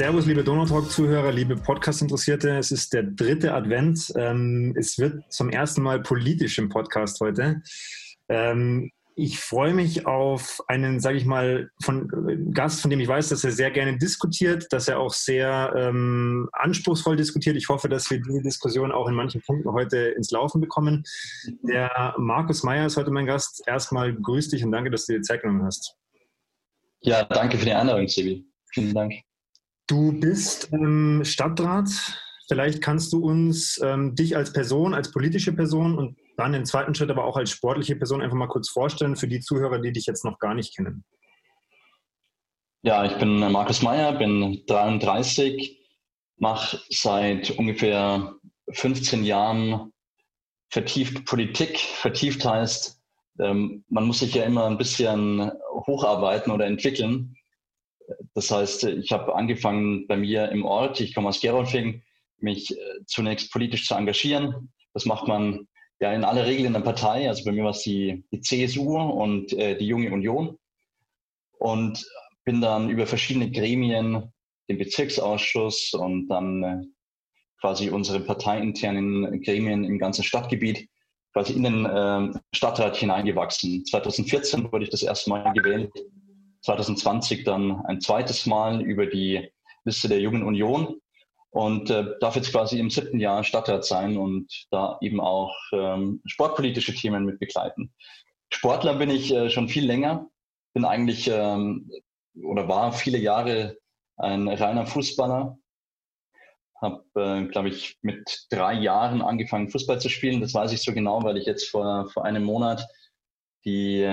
Servus, liebe Donautalk-Zuhörer, liebe Podcast-Interessierte. Es ist der 3. Advent. Es wird zum ersten Mal politisch im Podcast heute. Ich freue mich auf einen, sage ich mal, Gast, von dem ich weiß, dass er sehr gerne diskutiert, dass er auch sehr anspruchsvoll diskutiert. Ich hoffe, dass wir die Diskussion auch in manchen Punkten heute ins Laufen bekommen. Der Markus Meyer ist heute mein Gast. Erstmal grüß dich und danke, dass du dir Zeit genommen hast. Ja, danke für die Einladung, Sebi. Vielen Dank. Du bist Stadtrat. Vielleicht kannst du uns dich als Person, als politische Person und dann im zweiten Schritt aber auch als sportliche Person einfach mal kurz vorstellen für die Zuhörer, die dich jetzt noch gar nicht kennen. Ja, ich bin Markus Meyer, bin 33, mache seit ungefähr 15 Jahren vertieft Politik. Vertieft heißt, man muss sich ja immer ein bisschen hocharbeiten oder entwickeln. Das heißt, ich habe angefangen bei mir im Ort, ich komme aus Gerolfing, mich zunächst politisch zu engagieren. Das macht man ja in aller Regel in der Partei. Also bei mir war es die CSU und die Junge Union. Und bin dann über verschiedene Gremien, den Bezirksausschuss und dann quasi unsere parteiinternen Gremien im ganzen Stadtgebiet quasi in den Stadtrat hineingewachsen. 2014 wurde ich das erste Mal gewählt. 2020 dann ein zweites Mal über die Liste der Jungen Union und darf jetzt quasi im 7. Jahr Stadtrat sein und da eben auch sportpolitische Themen mit begleiten. Sportler bin ich schon viel länger, bin eigentlich oder war viele Jahre ein reiner Fußballer, habe, glaube ich, mit 3 Jahren angefangen Fußball zu spielen. Das weiß ich so genau, weil ich jetzt vor einem Monat die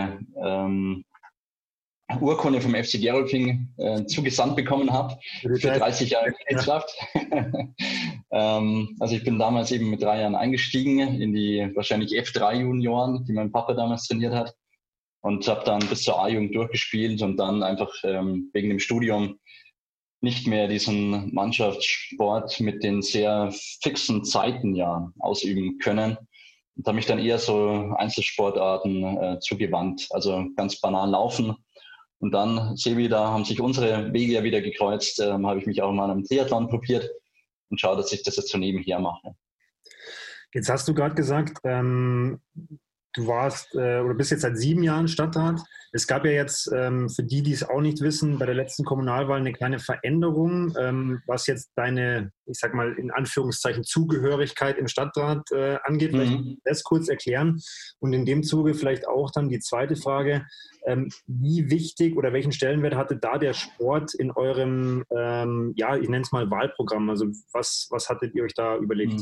Urkunde vom FC Gerolfing zugesandt bekommen habe für 30 Jahre Mitgliedschaft. Also ich bin damals eben mit 3 Jahren eingestiegen in die wahrscheinlich F3-Junioren, die mein Papa damals trainiert hat und habe dann bis zur A-Jugend durchgespielt und dann einfach wegen dem Studium nicht mehr diesen Mannschaftssport mit den sehr fixen Zeiten ja ausüben können. Und habe mich dann eher so Einzelsportarten zugewandt, also ganz banal laufen. Und dann, Sebi, da haben sich unsere Wege ja wieder gekreuzt, habe ich mich auch mal am Triathlon probiert und schaue, dass ich das jetzt so nebenher mache. Jetzt hast du gerade gesagt, du warst oder bist jetzt seit 7 Jahren Stadtrat. Es gab ja jetzt, für die, die es auch nicht wissen, bei der letzten Kommunalwahl eine kleine Veränderung, was jetzt deine, ich sag mal in Anführungszeichen, Zugehörigkeit im Stadtrat angeht. Vielleicht das kurz erklären und in dem Zuge vielleicht auch dann die zweite Frage, wie wichtig oder welchen Stellenwert hatte da der Sport in eurem, ja, ich nenne es mal Wahlprogramm? Also was hattet ihr euch da überlegt?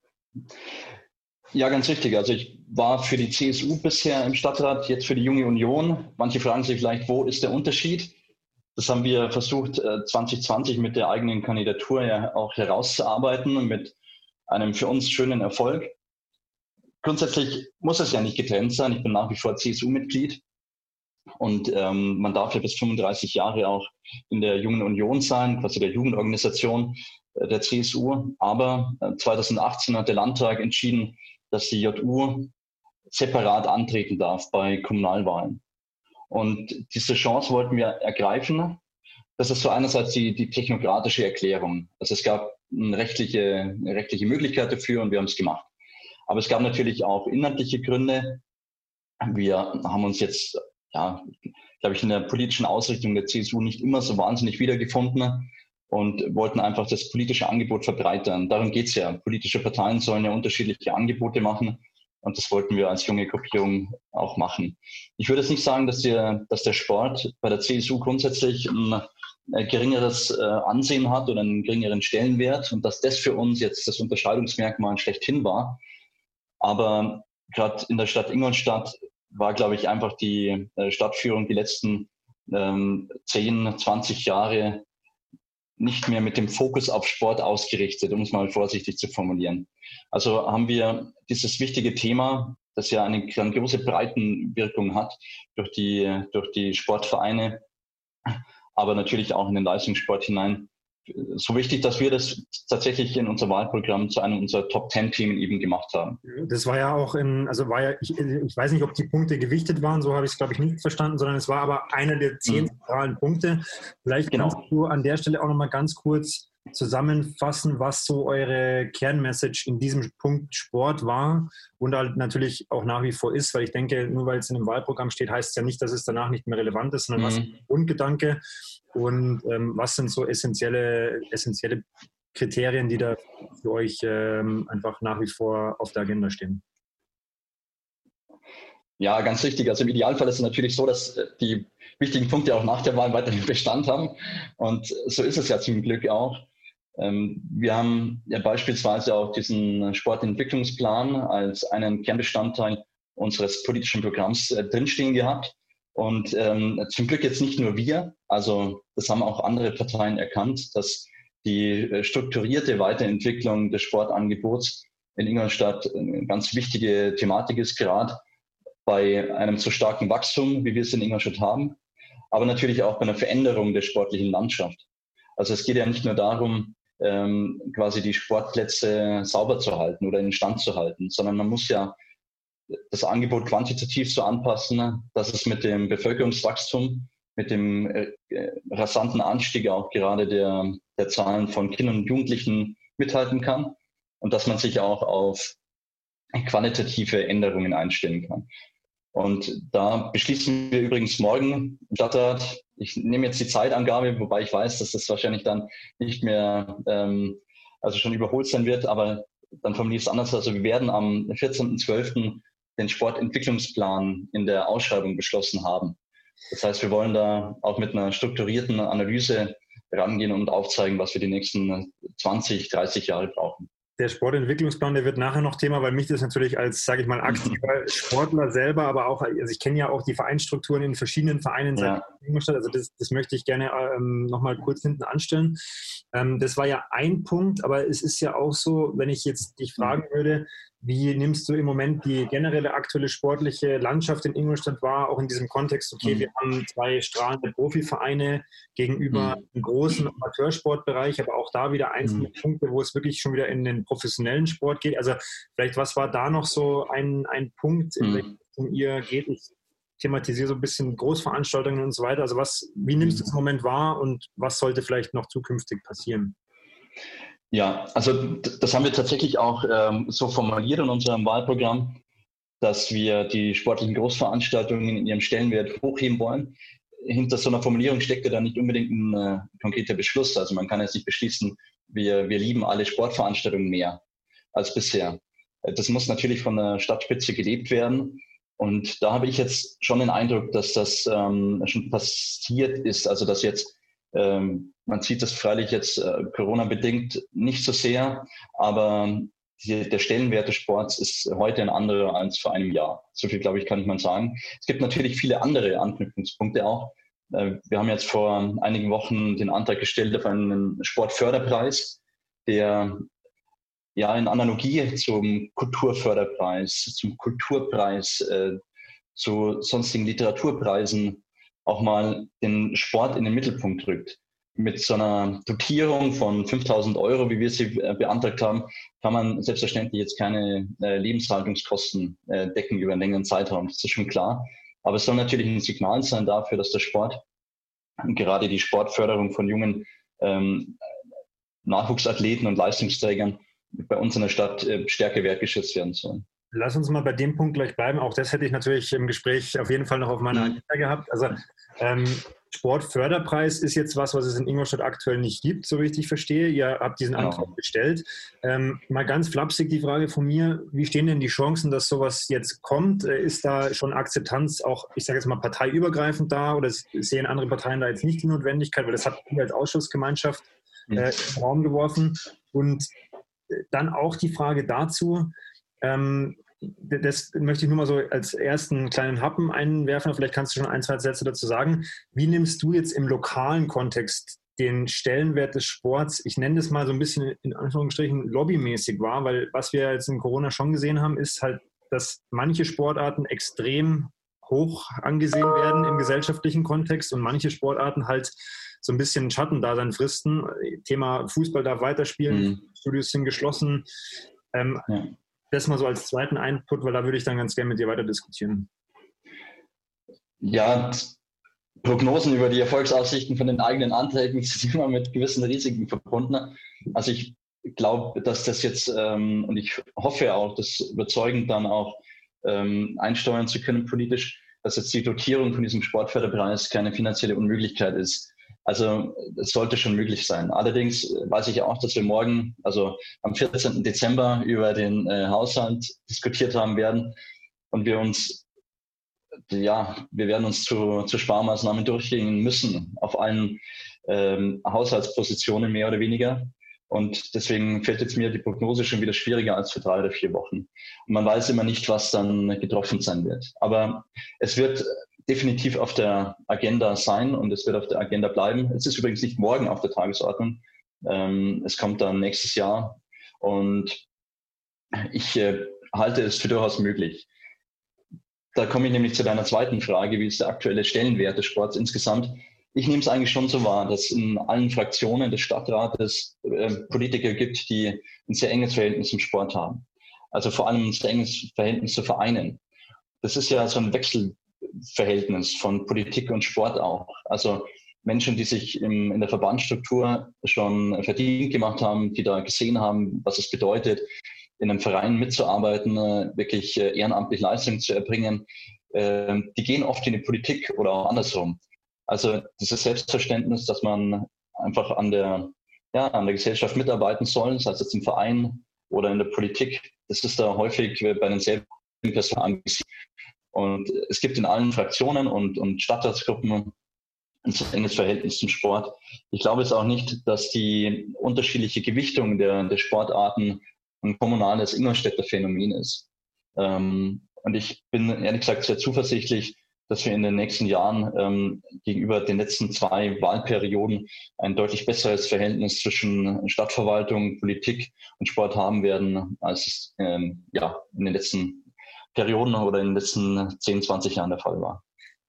Ja, ganz richtig. Also ich war für die CSU bisher im Stadtrat, jetzt für die Junge Union. Manche fragen sich vielleicht, wo ist der Unterschied? Das haben wir versucht 2020 mit der eigenen Kandidatur ja auch herauszuarbeiten und mit einem für uns schönen Erfolg. Grundsätzlich muss es ja nicht getrennt sein. Ich bin nach wie vor CSU-Mitglied und man darf ja bis 35 Jahre auch in der Jungen Union sein, quasi der Jugendorganisation der CSU. Aber 2018 hat der Landtag entschieden, dass die JU separat antreten darf bei Kommunalwahlen. Und diese Chance wollten wir ergreifen. Das ist so einerseits die technokratische Erklärung. Also es gab eine rechtliche Möglichkeit dafür und wir haben es gemacht. Aber es gab natürlich auch inhaltliche Gründe. Wir haben uns jetzt, ja, glaube ich, in der politischen Ausrichtung der CSU nicht immer so wahnsinnig wiedergefunden und wollten einfach das politische Angebot verbreitern. Darum geht's ja. Politische Parteien sollen ja unterschiedliche Angebote machen und das wollten wir als junge Gruppierung auch machen. Ich würde jetzt nicht sagen, dass der Sport bei der CSU grundsätzlich ein geringeres Ansehen hat oder einen geringeren Stellenwert und dass das für uns jetzt das Unterscheidungsmerkmal schlechthin war. Aber gerade in der Stadt Ingolstadt war, glaube ich, einfach die Stadtführung die letzten 10, 20 Jahre nicht mehr mit dem Fokus auf Sport ausgerichtet, um es mal vorsichtig zu formulieren. Also haben wir dieses wichtige Thema, das ja eine grandiose Breitenwirkung hat durch die Sportvereine, aber natürlich auch in den Leistungssport hinein, so wichtig, dass wir das tatsächlich in unser Wahlprogramm zu einem unserer Top-10-Themen eben gemacht haben. Das war ja auch ich weiß nicht, ob die Punkte gewichtet waren, so habe ich es, glaube ich, nicht verstanden, sondern es war aber einer der 10 zentralen Punkte. Vielleicht kannst du an der Stelle auch nochmal ganz kurz zusammenfassen, was so eure Kernmessage in diesem Punkt Sport war und halt natürlich auch nach wie vor ist, weil ich denke, nur weil es in einem Wahlprogramm steht, heißt es ja nicht, dass es danach nicht mehr relevant ist, sondern was ist der Grundgedanke und was sind so essentielle Kriterien, die da für euch einfach nach wie vor auf der Agenda stehen? Ja, ganz richtig. Also im Idealfall ist es natürlich so, dass die wichtigen Punkte auch nach der Wahl weiterhin Bestand haben. Und so ist es ja zum Glück auch. Wir haben ja beispielsweise auch diesen Sportentwicklungsplan als einen Kernbestandteil unseres politischen Programms drinstehen gehabt. Und zum Glück jetzt nicht nur wir, also das haben auch andere Parteien erkannt, dass die strukturierte Weiterentwicklung des Sportangebots in Ingolstadt eine ganz wichtige Thematik ist, gerade bei einem so starken Wachstum, wie wir es in Ingolstadt haben, aber natürlich auch bei einer Veränderung der sportlichen Landschaft. Also es geht ja nicht nur darum, quasi die Sportplätze sauber zu halten oder in Stand zu halten, sondern man muss ja das Angebot quantitativ so anpassen, dass es mit dem Bevölkerungswachstum, mit dem rasanten Anstieg auch gerade der Zahlen von Kindern und Jugendlichen mithalten kann und dass man sich auch auf qualitative Änderungen einstellen kann. Und da beschließen wir übrigens morgen im Stadtrat, ich nehme jetzt die Zeitangabe, wobei ich weiß, dass das wahrscheinlich dann nicht mehr, also schon überholt sein wird, aber dann formuliere ich es anders. Also wir werden am 14.12. den Sportentwicklungsplan in der Ausschreibung beschlossen haben. Das heißt, wir wollen da auch mit einer strukturierten Analyse rangehen und aufzeigen, was wir die nächsten 20, 30 Jahre brauchen. Der Sportentwicklungsplan, der wird nachher noch Thema, weil mich das natürlich als, sage ich mal, aktiver Sportler selber, aber auch, also ich kenne ja auch die Vereinsstrukturen in verschiedenen Vereinen seit Ingolstadt, also das möchte ich gerne nochmal kurz hinten anstellen. Das war ja ein Punkt, aber es ist ja auch so, wenn ich jetzt dich fragen würde, wie nimmst du im Moment die generelle aktuelle sportliche Landschaft in Ingolstadt wahr, auch in diesem Kontext, okay, wir haben 2 strahlende Profivereine gegenüber einem großen Amateursportbereich, aber auch da wieder einzelne Punkte, wo es wirklich schon wieder in den professionellen Sport geht. Also vielleicht, was war da noch so ein Punkt, in welchem ihr geht? Ich thematisiere so ein bisschen Großveranstaltungen und so weiter. Also wie nimmst du es im Moment wahr und was sollte vielleicht noch zukünftig passieren? Ja, also das haben wir tatsächlich auch so formuliert in unserem Wahlprogramm, dass wir die sportlichen Großveranstaltungen in ihrem Stellenwert hochheben wollen. Hinter so einer Formulierung steckt ja dann nicht unbedingt ein konkreter Beschluss. Also man kann jetzt nicht beschließen, wir lieben alle Sportveranstaltungen mehr als bisher. Das muss natürlich von der Stadtspitze gelebt werden. Und da habe ich jetzt schon den Eindruck, dass das schon passiert ist. Also dass jetzt man sieht das freilich jetzt Corona-bedingt nicht so sehr, aber der Stellenwert des Sports ist heute ein anderer als vor einem Jahr. So viel, glaube ich, kann ich mal sagen. Es gibt natürlich viele andere Anknüpfungspunkte auch. Wir haben jetzt vor einigen Wochen den Antrag gestellt auf einen Sportförderpreis, der ja in Analogie zum Kulturförderpreis, zum Kulturpreis, zu sonstigen Literaturpreisen auch mal den Sport in den Mittelpunkt rückt. Mit so einer Dotierung von 5.000 €, wie wir sie beantragt haben, kann man selbstverständlich jetzt keine Lebenshaltungskosten decken über einen längeren Zeitraum. Das ist schon klar. Aber es soll natürlich ein Signal sein dafür, dass der Sport, gerade die Sportförderung von jungen Nachwuchsathleten und Leistungsträgern bei uns in der Stadt stärker wertgeschätzt werden soll. Lass uns mal bei dem Punkt gleich bleiben. Auch das hätte ich natürlich im Gespräch auf jeden Fall noch auf meiner Agenda gehabt. Also Sportförderpreis ist jetzt was es in Ingolstadt aktuell nicht gibt, so wie ich dich verstehe. Ihr habt diesen Antrag gestellt. Mal ganz flapsig die Frage von mir, wie stehen denn die Chancen, dass sowas jetzt kommt? Ist da schon Akzeptanz auch, ich sage jetzt mal, parteiübergreifend da oder sehen andere Parteien da jetzt nicht die Notwendigkeit, weil das hat ihr als Ausschussgemeinschaft in den Raum geworfen. Und dann auch die Frage dazu, das möchte ich nur mal so als ersten kleinen Happen einwerfen, vielleicht kannst du schon 1, 2 Sätze dazu sagen. Wie nimmst du jetzt im lokalen Kontext den Stellenwert des Sports, ich nenne das mal so ein bisschen in Anführungsstrichen lobbymäßig wahr, weil was wir jetzt in Corona schon gesehen haben, ist halt, dass manche Sportarten extrem hoch angesehen werden im gesellschaftlichen Kontext und manche Sportarten halt so ein bisschen Schattendasein fristen. Thema Fußball darf weiterspielen, Studios sind geschlossen. Das mal so als zweiten Input, weil da würde ich dann ganz gerne mit dir weiter diskutieren. Ja, Prognosen über die Erfolgsaussichten von den eigenen Anträgen sind immer mit gewissen Risiken verbunden. Also ich glaube, dass das jetzt, und ich hoffe auch, das überzeugend dann auch einsteuern zu können politisch, dass jetzt die Dotierung von diesem Sportförderpreis keine finanzielle Unmöglichkeit ist. Also es sollte schon möglich sein. Allerdings weiß ich auch, dass wir morgen, also am 14. Dezember, über den Haushalt diskutiert haben werden und wir werden uns zu Sparmaßnahmen durchgehen müssen auf allen Haushaltspositionen mehr oder weniger. Und deswegen fällt jetzt mir die Prognose schon wieder schwieriger als für 3 oder 4 Wochen. Und man weiß immer nicht, was dann getroffen sein wird. Aber es wird definitiv auf der Agenda sein und es wird auf der Agenda bleiben. Es ist übrigens nicht morgen auf der Tagesordnung. Es kommt dann nächstes Jahr. Und ich halte es für durchaus möglich. Da komme ich nämlich zu deiner zweiten Frage, wie ist der aktuelle Stellenwert des Sports insgesamt? Ich nehme es eigentlich schon so wahr, dass in allen Fraktionen des Stadtrates Politiker gibt, die ein sehr enges Verhältnis zum Sport haben. Also vor allem ein sehr enges Verhältnis zu Vereinen. Das ist ja so ein Wechselverhältnis von Politik und Sport auch. Also Menschen, die sich in der Verbandsstruktur schon verdient gemacht haben, die da gesehen haben, was es bedeutet, in einem Verein mitzuarbeiten, wirklich ehrenamtlich Leistung zu erbringen, die gehen oft in die Politik oder auch andersrum. Also dieses Selbstverständnis, dass man einfach an der Gesellschaft mitarbeiten soll, sei es jetzt im Verein oder in der Politik, das ist da häufig bei denselben Personen angesiedelt. Und es gibt in allen Fraktionen und Stadtratsgruppen ein so enges Verhältnis zum Sport. Ich glaube jetzt auch nicht, dass die unterschiedliche Gewichtung der Sportarten ein kommunales Ingolstädter Phänomen ist. Und ich bin ehrlich gesagt sehr zuversichtlich, dass wir in den nächsten Jahren gegenüber den letzten 2 Wahlperioden ein deutlich besseres Verhältnis zwischen Stadtverwaltung, Politik und Sport haben werden, als es in den letzten Perioden oder in den letzten 10, 20 Jahren der Fall war.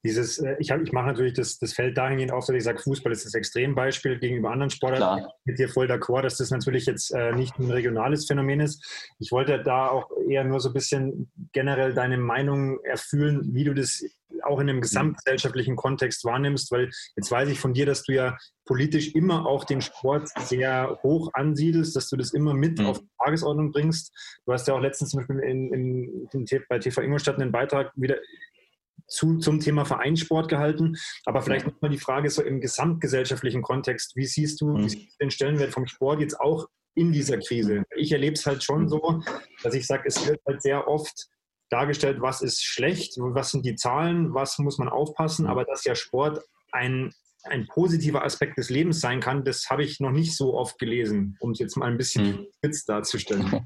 Ich mache natürlich das Feld dahingehend auf, dass ich sage, Fußball ist das Extrembeispiel gegenüber anderen Sportarten. Ich bin mit dir voll d'accord, dass das natürlich jetzt nicht ein regionales Phänomen ist. Ich wollte da auch eher nur so ein bisschen generell deine Meinung erfühlen, wie du das auch in einem gesamtgesellschaftlichen Kontext wahrnimmst, weil jetzt weiß ich von dir, dass du ja politisch immer auch den Sport sehr hoch ansiedelst, dass du das immer mit auf die Tagesordnung bringst. Du hast ja auch letztens zum Beispiel bei TV Ingolstadt einen Beitrag wieder zum Thema Vereinssport gehalten. Aber vielleicht nochmal die Frage so im gesamtgesellschaftlichen Kontext, wie siehst du den Stellenwert vom Sport jetzt auch in dieser Krise? Ich erlebe es halt schon so, dass ich sage, es wird halt sehr oft dargestellt, was ist schlecht, was sind die Zahlen, was muss man aufpassen, aber dass ja Sport ein positiver Aspekt des Lebens sein kann, das habe ich noch nicht so oft gelesen, um es jetzt mal ein bisschen spitz darzustellen.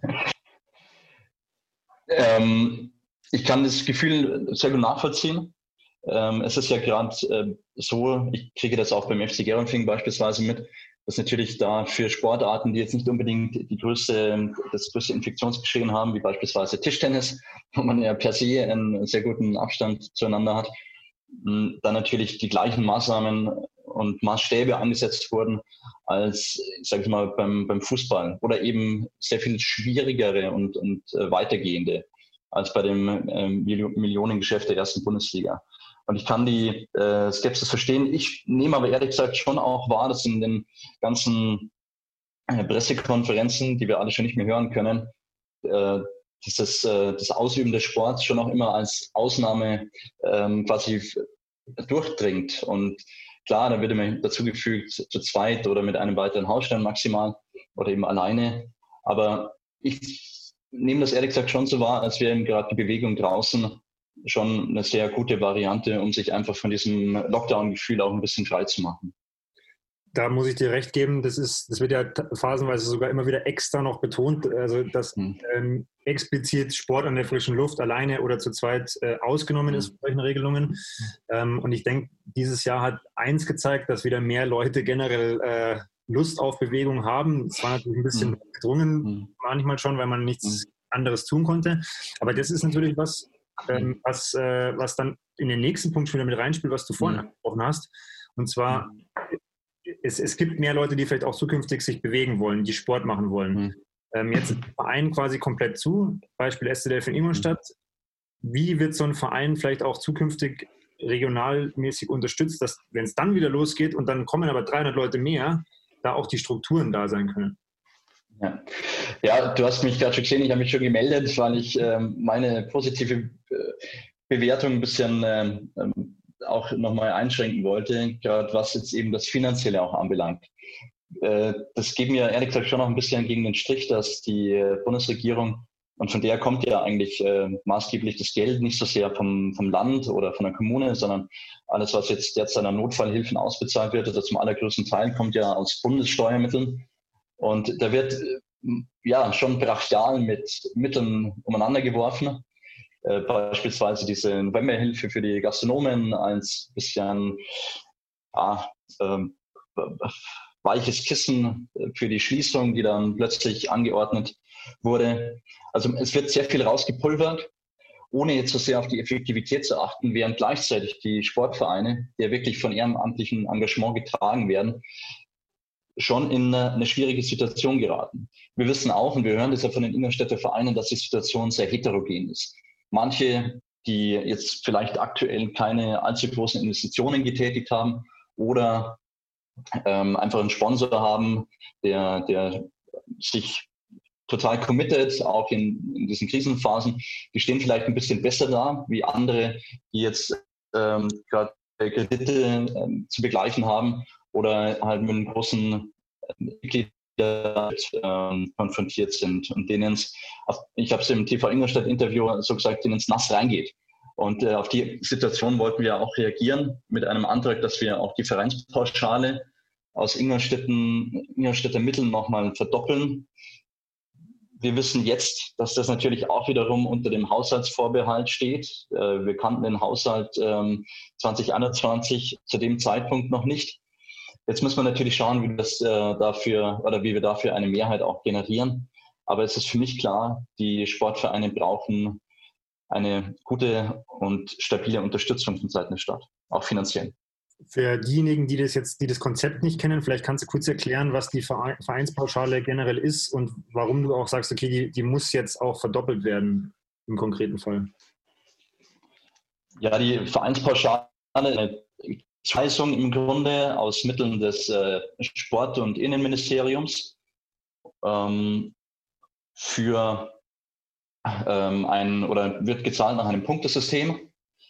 Ich kann das Gefühl sehr gut nachvollziehen. Es ist ja gerade so, ich kriege das auch beim FC Gerolfing beispielsweise mit, dass natürlich da für Sportarten, die jetzt nicht unbedingt das größte Infektionsgeschehen haben, wie beispielsweise Tischtennis, wo man ja per se einen sehr guten Abstand zueinander hat, da natürlich die gleichen Maßnahmen und Maßstäbe angesetzt wurden als, sage ich mal, beim Fußball oder eben sehr viel schwierigere und weitergehende als bei dem Millionengeschäft der ersten Bundesliga. Und ich kann die Skepsis verstehen. Ich nehme aber ehrlich gesagt schon auch wahr, dass in den ganzen Pressekonferenzen, die wir alle schon nicht mehr hören können, das Ausüben des Sports schon auch immer als Ausnahme quasi durchdringt. Und klar, da wird immer dazugefügt, zu zweit oder mit einem weiteren Hausstand maximal oder eben alleine. Aber ich nehme das ehrlich gesagt schon so wahr, als wäre gerade die Bewegung draußen schon eine sehr gute Variante, um sich einfach von diesem Lockdown-Gefühl auch ein bisschen frei zu machen. Da muss ich dir recht geben, das wird ja phasenweise sogar immer wieder extra noch betont, also dass explizit Sport an der frischen Luft alleine oder zu zweit ausgenommen ist von solchen Regelungen. Und ich denke, dieses Jahr hat eins gezeigt, dass wieder mehr Leute generell Lust auf Bewegung haben. Es war natürlich ein bisschen gedrungen, manchmal schon, weil man nichts anderes tun konnte. Aber das ist natürlich was, was dann in den nächsten Punkt schon wieder mit reinspielt, was du vorhin angesprochen hast. Und zwar, es gibt mehr Leute, die vielleicht auch zukünftig sich bewegen wollen, die Sport machen wollen. Jetzt ist der Verein quasi komplett zu, Beispiel SC Delfin Ingolstadt. Wie wird so ein Verein vielleicht auch zukünftig regionalmäßig unterstützt, dass, wenn es dann wieder losgeht und dann kommen aber 300 Leute mehr, da auch die Strukturen da sein können? Ja, du hast mich gerade schon gesehen, ich habe mich schon gemeldet, weil ich meine positive Bewertung ein bisschen auch nochmal einschränken wollte, gerade was jetzt eben das Finanzielle auch anbelangt. Das geht mir ehrlich gesagt schon noch ein bisschen gegen den Strich, dass die Bundesregierung, und von der kommt ja eigentlich maßgeblich das Geld, nicht so sehr vom Land oder von der Kommune, sondern alles, was jetzt derzeit an Notfallhilfen ausbezahlt wird, also zum allergrößten Teil kommt ja aus Bundessteuermitteln. Und da wird ja schon brachial mit Mitteln umeinander geworfen. Beispielsweise diese Novemberhilfe für die Gastronomen als bisschen weiches Kissen für die Schließung, die dann plötzlich angeordnet wurde. Also es wird sehr viel rausgepulvert, ohne jetzt so sehr auf die Effektivität zu achten, während gleichzeitig die Sportvereine, die ja wirklich von ehrenamtlichem Engagement getragen werden, schon in eine schwierige Situation geraten. Wir wissen auch, und wir hören das ja von den Ingolstädter Vereinen, dass die Situation sehr heterogen ist. Manche, die jetzt vielleicht aktuell keine allzu großen Investitionen getätigt haben oder einfach einen Sponsor haben, der sich total committed, auch in diesen Krisenphasen, die stehen vielleicht ein bisschen besser da, wie andere, die jetzt gerade Kredite zu begleichen haben oder halt mit einem großen Mitglied konfrontiert sind und denen ich habe es im TV Ingolstadt-Interview so gesagt, denen es nass reingeht. Und auf die Situation wollten wir auch reagieren mit einem Antrag, dass wir auch die Vereinspauschale aus Ingolstädter Mitteln nochmal verdoppeln. Wir wissen jetzt, dass das natürlich auch wiederum unter dem Haushaltsvorbehalt steht. Wir kannten den Haushalt 2021 zu dem Zeitpunkt noch nicht. Jetzt muss man natürlich schauen, wie wir dafür eine Mehrheit auch generieren. Aber es ist für mich klar, die Sportvereine brauchen eine gute und stabile Unterstützung von Seiten der Stadt, auch finanziell. Für diejenigen, die das Konzept nicht kennen, vielleicht kannst du kurz erklären, was die Vereinspauschale generell ist und warum du auch sagst, okay, die muss jetzt auch verdoppelt werden im konkreten Fall. Ja, die Vereinspauschale eine Zuweisung im Grunde aus Mitteln des Sport- und Innenministeriums wird gezahlt nach einem Punktesystem.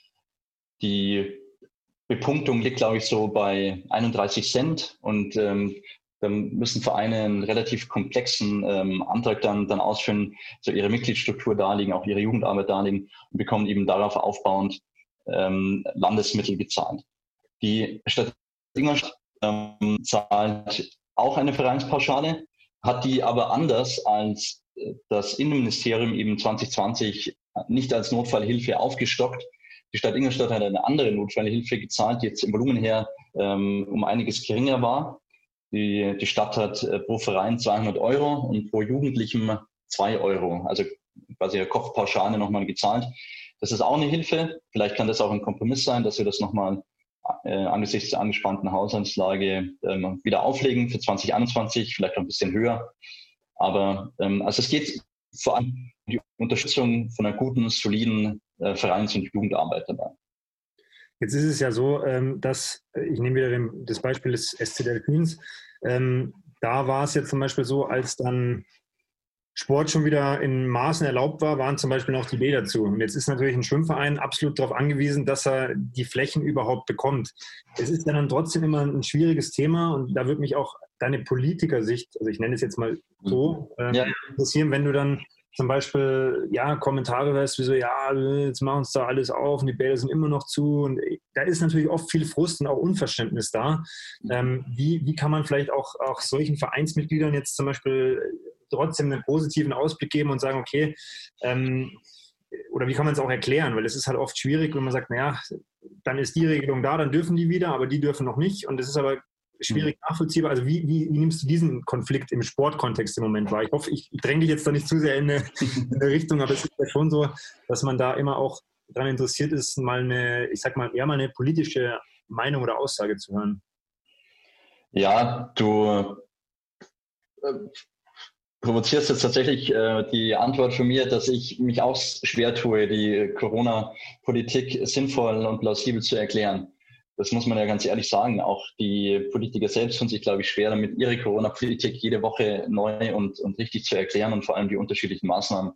Die Bepunktung liegt, glaube ich, so bei 31 Cent und dann müssen Vereine einen relativ komplexen Antrag dann ausführen, so ihre Mitgliedsstruktur darlegen, auch ihre Jugendarbeit darlegen und bekommen eben darauf aufbauend Landesmittel gezahlt. Die Stadt Ingolstadt zahlt auch eine Vereinspauschale, hat die aber anders als das Innenministerium eben 2020 nicht als Notfallhilfe aufgestockt. Die Stadt Ingolstadt hat eine andere Notfallhilfe gezahlt, die jetzt im Volumen her um einiges geringer war. Die Stadt hat pro Verein 200 € und pro Jugendlichem 2 €, also quasi eine Kopfpauschale nochmal gezahlt. Das ist auch eine Hilfe. Vielleicht kann das auch ein Kompromiss sein, dass wir das nochmal angesichts der angespannten Haushaltslage wieder auflegen für 2021, vielleicht noch ein bisschen höher. Aber also es geht vor allem um die Unterstützung von einer guten, soliden Vereins- und Jugendarbeit dabei. Jetzt ist es ja so, dass, ich nehme wieder das Beispiel des SC Delfins, da war es jetzt zum Beispiel so, als dann Sport schon wieder in Maßen erlaubt war, waren zum Beispiel noch die Bäder zu. Und jetzt ist natürlich ein Schwimmverein absolut darauf angewiesen, dass er die Flächen überhaupt bekommt. Es ist ja dann trotzdem immer ein schwieriges Thema und da würde mich auch deine Politikersicht, also ich nenne es jetzt mal so, interessieren, wenn du dann zum Beispiel Kommentare hörst, wie so, jetzt machen uns da alles auf und die Bäder sind immer noch zu. Und da ist natürlich oft viel Frust und auch Unverständnis da. Wie kann man vielleicht auch solchen Vereinsmitgliedern jetzt zum Beispiel trotzdem einen positiven Ausblick geben und sagen, okay, oder wie kann man es auch erklären? Weil es ist halt oft schwierig, wenn man sagt, dann ist die Regelung da, dann dürfen die wieder, aber die dürfen noch nicht. Und das ist aber schwierig nachvollziehbar. Also wie nimmst du diesen Konflikt im Sportkontext im Moment wahr? Ich hoffe, ich dränge dich jetzt da nicht zu sehr in eine Richtung, aber es ist ja schon so, dass man da immer auch daran interessiert ist, mal eher mal eine politische Meinung oder Aussage zu hören. Ja, du provozierst jetzt tatsächlich die Antwort von mir, dass ich mich auch schwer tue, die Corona-Politik sinnvoll und plausibel zu erklären. Das muss man ja ganz ehrlich sagen. Auch die Politiker selbst tun sich, glaube ich, schwer damit, ihre Corona-Politik jede Woche neu und richtig zu erklären und vor allem die unterschiedlichen Maßnahmen.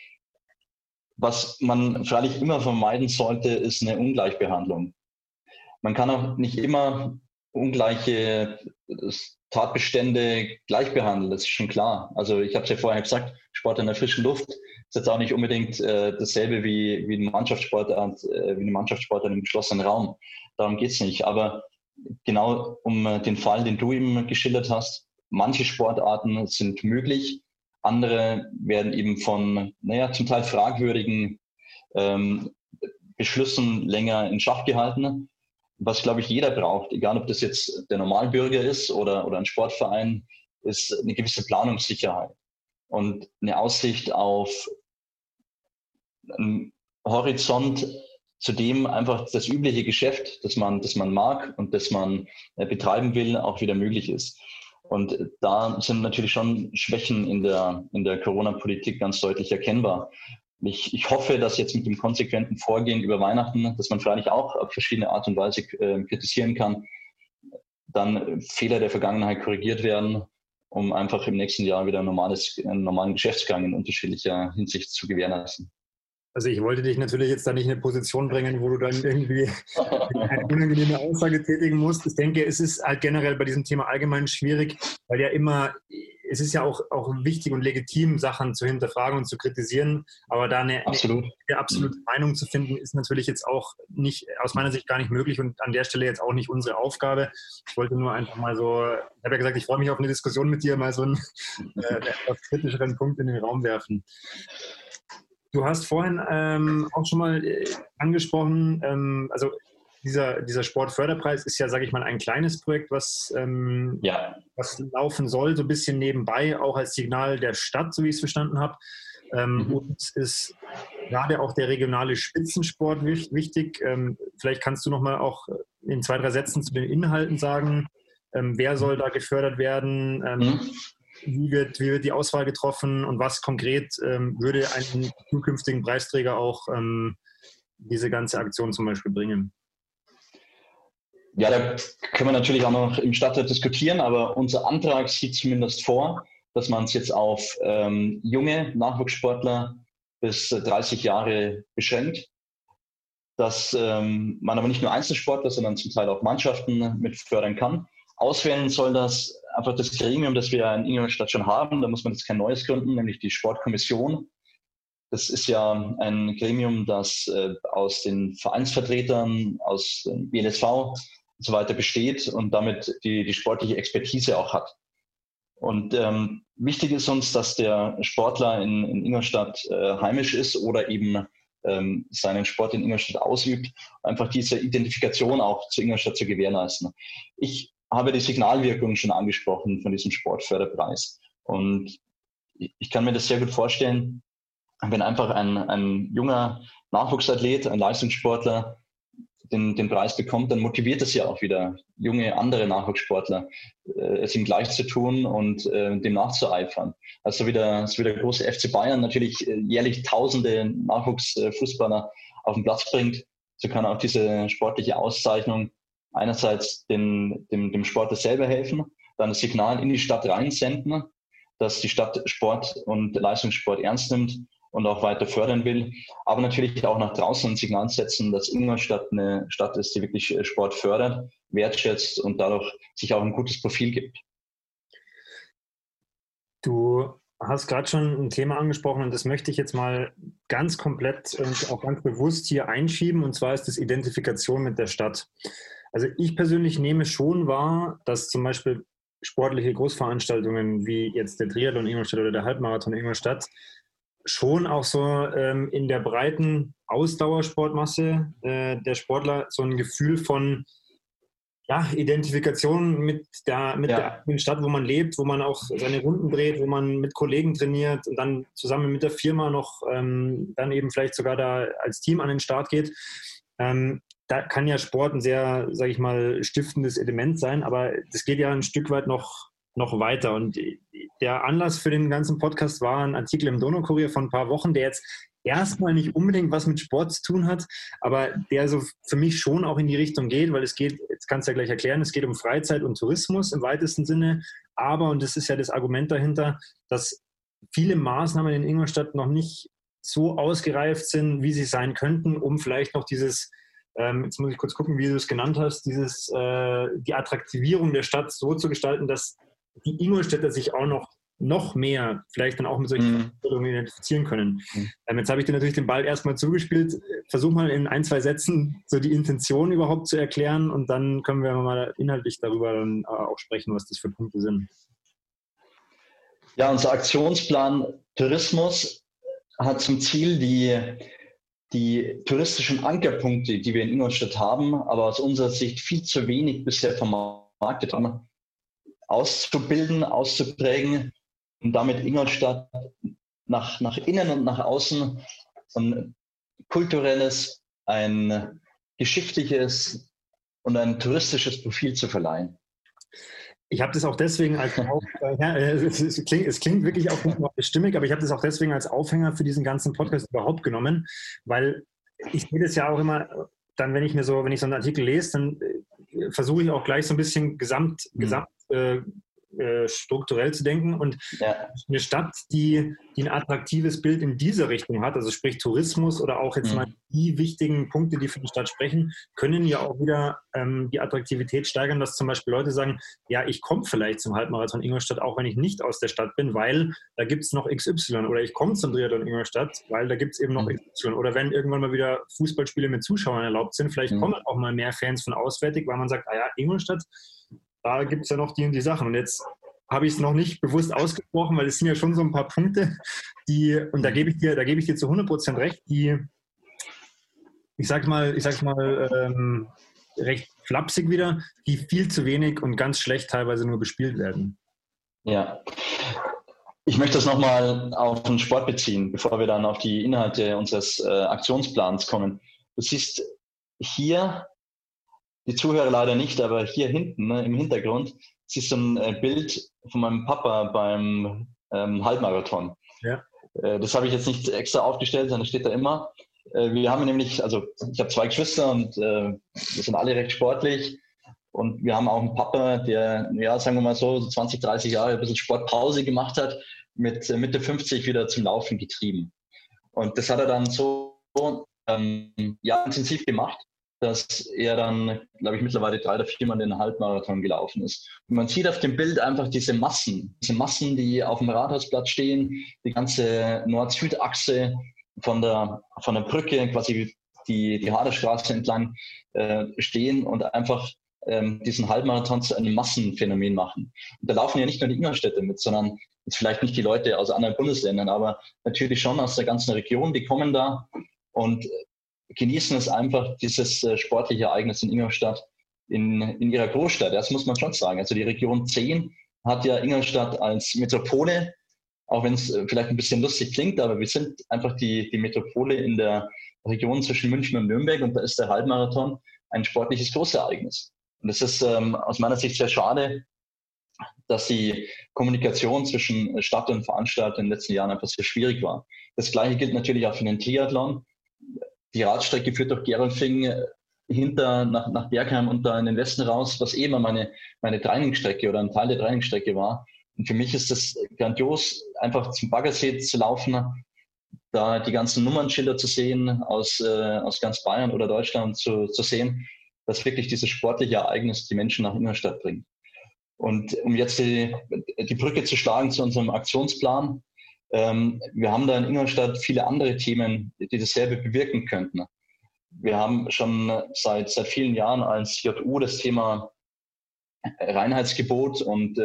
Was man freilich immer vermeiden sollte, ist eine Ungleichbehandlung. Man kann auch nicht immer ungleiche Tatbestände gleich behandeln, das ist schon klar. Also ich habe es ja vorher gesagt, Sport in der frischen Luft ist jetzt auch nicht unbedingt dasselbe wie eine Mannschaftssportart, im geschlossenen Raum. Darum geht es nicht. Aber genau um den Fall, den du eben geschildert hast, manche Sportarten sind möglich, andere werden eben von, zum Teil fragwürdigen Beschlüssen länger in Schach gehalten. Was, glaube ich, jeder braucht, egal ob das jetzt der Normalbürger ist oder ein Sportverein, ist eine gewisse Planungssicherheit und eine Aussicht auf einen Horizont, zu dem einfach das übliche Geschäft, das man mag und das man betreiben will, auch wieder möglich ist. Und da sind natürlich schon Schwächen in der Corona-Politik ganz deutlich erkennbar. Ich hoffe, dass jetzt mit dem konsequenten Vorgehen über Weihnachten, das man freilich auch auf verschiedene Art und Weise kritisieren kann, dann Fehler der Vergangenheit korrigiert werden, um einfach im nächsten Jahr wieder einen normalen Geschäftsgang in unterschiedlicher Hinsicht zu gewährleisten. Also ich wollte dich natürlich jetzt da nicht in eine Position bringen, wo du dann irgendwie eine unangenehme Aussage tätigen musst. Ich denke, es ist halt generell bei diesem Thema allgemein schwierig, weil ja immer, es ist ja auch wichtig und legitim, Sachen zu hinterfragen und zu kritisieren, aber da eine absolute Meinung zu finden, ist natürlich jetzt auch nicht, aus meiner Sicht gar nicht möglich und an der Stelle jetzt auch nicht unsere Aufgabe. Ich wollte nur einfach mal so, ich habe ja gesagt, ich freue mich auf eine Diskussion mit dir, mal so einen etwas kritischeren Punkt in den Raum werfen. Du hast vorhin auch schon mal angesprochen, also dieser Sportförderpreis ist ja, sage ich mal, ein kleines Projekt, was laufen soll, so ein bisschen nebenbei, auch als Signal der Stadt, so wie ich es verstanden habe. Und ist gerade auch der regionale Spitzensport wichtig. Vielleicht kannst du noch mal auch in 2, 3 Sätzen zu den Inhalten sagen, wer soll da gefördert werden, wie wird die Auswahl getroffen und was konkret würde einen zukünftigen Preisträger auch diese ganze Aktion zum Beispiel bringen? Ja, da können wir natürlich auch noch im Stadtrat diskutieren, aber unser Antrag sieht zumindest vor, dass man es jetzt auf junge Nachwuchssportler bis 30 Jahre beschränkt, dass man aber nicht nur Einzelsportler, sondern zum Teil auch Mannschaften mit fördern kann. Auswählen soll das einfach das Gremium, das wir in Ingolstadt schon haben. Da muss man jetzt kein neues gründen, nämlich die Sportkommission. Das ist ja ein Gremium, das aus den Vereinsvertretern, aus dem BLSV und so weiter besteht und damit die sportliche Expertise auch hat. Und wichtig ist uns, dass der Sportler in Ingolstadt heimisch ist oder eben seinen Sport in Ingolstadt ausübt, einfach diese Identifikation auch zu Ingolstadt zu gewährleisten. Ich habe die Signalwirkung schon angesprochen von diesem Sportförderpreis. Und ich kann mir das sehr gut vorstellen, wenn einfach ein junger Nachwuchsathlet, ein Leistungssportler den Preis bekommt, dann motiviert es ja auch wieder junge andere Nachwuchssportler, es ihm gleich zu tun und dem nachzueifern. Also wie der große FC Bayern natürlich jährlich tausende Nachwuchsfußballer auf den Platz bringt, so kann auch diese sportliche Auszeichnung einerseits dem Sportler selber helfen, dann das Signal in die Stadt reinsenden, dass die Stadt Sport und Leistungssport ernst nimmt und auch weiter fördern will, aber natürlich auch nach draußen ein Signal setzen, dass Ingolstadt eine Stadt ist, die wirklich Sport fördert, wertschätzt und dadurch sich auch ein gutes Profil gibt. Du hast gerade schon ein Thema angesprochen und das möchte ich jetzt mal ganz komplett und auch ganz bewusst hier einschieben, und zwar ist das Identifikation mit der Stadt. Also ich persönlich nehme schon wahr, dass zum Beispiel sportliche Großveranstaltungen wie jetzt der Triathlon Ingolstadt oder der Halbmarathon Ingolstadt schon auch so in der breiten Ausdauersportmasse der Sportler so ein Gefühl von ja, Identifikation mit der eigenen Stadt, wo man lebt, wo man auch seine Runden dreht, wo man mit Kollegen trainiert und dann zusammen mit der Firma noch dann eben vielleicht sogar da als Team an den Start geht. Da kann ja Sport ein sehr, sage ich mal, stiftendes Element sein, aber das geht ja ein Stück weit noch weiter. Und der Anlass für den ganzen Podcast war ein Artikel im Donaukurier von ein paar Wochen, der jetzt erstmal nicht unbedingt was mit Sport zu tun hat, aber der so für mich schon auch in die Richtung geht, weil es geht, jetzt kannst du ja gleich erklären, es geht um Freizeit und Tourismus im weitesten Sinne, aber, und das ist ja das Argument dahinter, dass viele Maßnahmen in Ingolstadt noch nicht so ausgereift sind, wie sie sein könnten, um vielleicht noch dieses, jetzt muss ich kurz gucken, wie du es genannt hast, die Attraktivierung der Stadt so zu gestalten, dass die Ingolstädter sich auch noch mehr vielleicht dann auch mit solchen Veranstaltungen identifizieren können. Jetzt habe ich dir natürlich den Ball erstmal zugespielt. Versuch mal in 1, 2 Sätzen so die Intention überhaupt zu erklären und dann können wir mal inhaltlich darüber dann auch sprechen, was das für Punkte sind. Ja, unser Aktionsplan Tourismus hat zum Ziel, die touristischen Ankerpunkte, die wir in Ingolstadt haben, aber aus unserer Sicht viel zu wenig bisher vermarktet haben, auszubilden, auszuprägen und damit Ingolstadt nach innen und nach außen ein kulturelles, ein geschichtliches und ein touristisches Profil zu verleihen. Ich habe das auch deswegen als es klingt wirklich auch stimmig, aber ich habe das auch deswegen als Aufhänger für diesen ganzen Podcast überhaupt genommen, weil ich sehe das ja auch immer, dann wenn ich so einen Artikel lese, dann versuche ich auch gleich so ein bisschen strukturell zu denken und eine Stadt, die ein attraktives Bild in diese Richtung hat, also sprich Tourismus oder auch jetzt mal die wichtigen Punkte, die für die Stadt sprechen, können ja auch wieder die Attraktivität steigern, dass zum Beispiel Leute sagen, ja, ich komme vielleicht zum Halbmarathon Ingolstadt, auch wenn ich nicht aus der Stadt bin, weil da gibt es noch XY oder ich komme zum Triathlon Ingolstadt, weil da gibt es eben noch XY oder wenn irgendwann mal wieder Fußballspiele mit Zuschauern erlaubt sind, vielleicht kommen auch mal mehr Fans von auswärtig, weil man sagt, ah ja, Ingolstadt, da gibt es ja noch die und die Sachen. Und jetzt habe ich es noch nicht bewusst ausgesprochen, weil es sind ja schon so ein paar Punkte, und da gebe ich dir zu 100% recht, die, ich sag mal, recht flapsig wieder, die viel zu wenig und ganz schlecht teilweise nur bespielt werden. Ja. Ich möchte das nochmal auf den Sport beziehen, bevor wir dann auf die Inhalte unseres Aktionsplans kommen. Du siehst hier, die Zuhörer leider nicht, aber hier hinten im Hintergrund siehst du ein Bild von meinem Papa beim Halbmarathon. Ja. Das habe ich jetzt nicht extra aufgestellt, sondern steht da immer. Wir haben nämlich, also ich habe 2 Geschwister und wir sind alle recht sportlich. Und wir haben auch einen Papa, der, ja, sagen wir mal so 20, 30 Jahre ein bisschen Sportpause gemacht hat, mit Mitte 50 wieder zum Laufen getrieben. Und das hat er dann so intensiv gemacht, dass er dann, glaube ich, mittlerweile 3 oder 4 Mal den Halbmarathon gelaufen ist. Und man sieht auf dem Bild einfach diese Massen, die auf dem Rathausplatz stehen, die ganze Nord-Süd-Achse von der Brücke, quasi die Haderstraße entlang stehen und einfach diesen Halbmarathon zu einem Massenphänomen machen. Und da laufen ja nicht nur die Ingolstädter mit, sondern jetzt vielleicht nicht die Leute aus anderen Bundesländern, aber natürlich schon aus der ganzen Region, die kommen da und genießen es einfach, dieses sportliche Ereignis in Ingolstadt in ihrer Großstadt. Das muss man schon sagen. Also die Region 10 hat ja Ingolstadt als Metropole, auch wenn es vielleicht ein bisschen lustig klingt, aber wir sind einfach die Metropole in der Region zwischen München und Nürnberg und da ist der Halbmarathon ein sportliches Großereignis. Und es ist aus meiner Sicht sehr schade, dass die Kommunikation zwischen Stadt und Veranstalter in den letzten Jahren einfach sehr schwierig war. Das Gleiche gilt natürlich auch für den Triathlon. Die Radstrecke führt durch Gerolfing nach Bergheim und da in den Westen raus, was immer meine Trainingsstrecke oder ein Teil der Trainingsstrecke war. Und für mich ist das grandios, einfach zum Baggersee zu laufen, da die ganzen Nummernschilder zu sehen aus ganz Bayern oder Deutschland zu sehen, dass wirklich dieses sportliche Ereignis die Menschen nach Ingolstadt bringt. Und um jetzt die Brücke zu schlagen zu unserem Aktionsplan, wir haben da in Ingolstadt viele andere Themen, die dasselbe bewirken könnten. Wir haben schon seit vielen Jahren als JU das Thema Reinheitsgebot und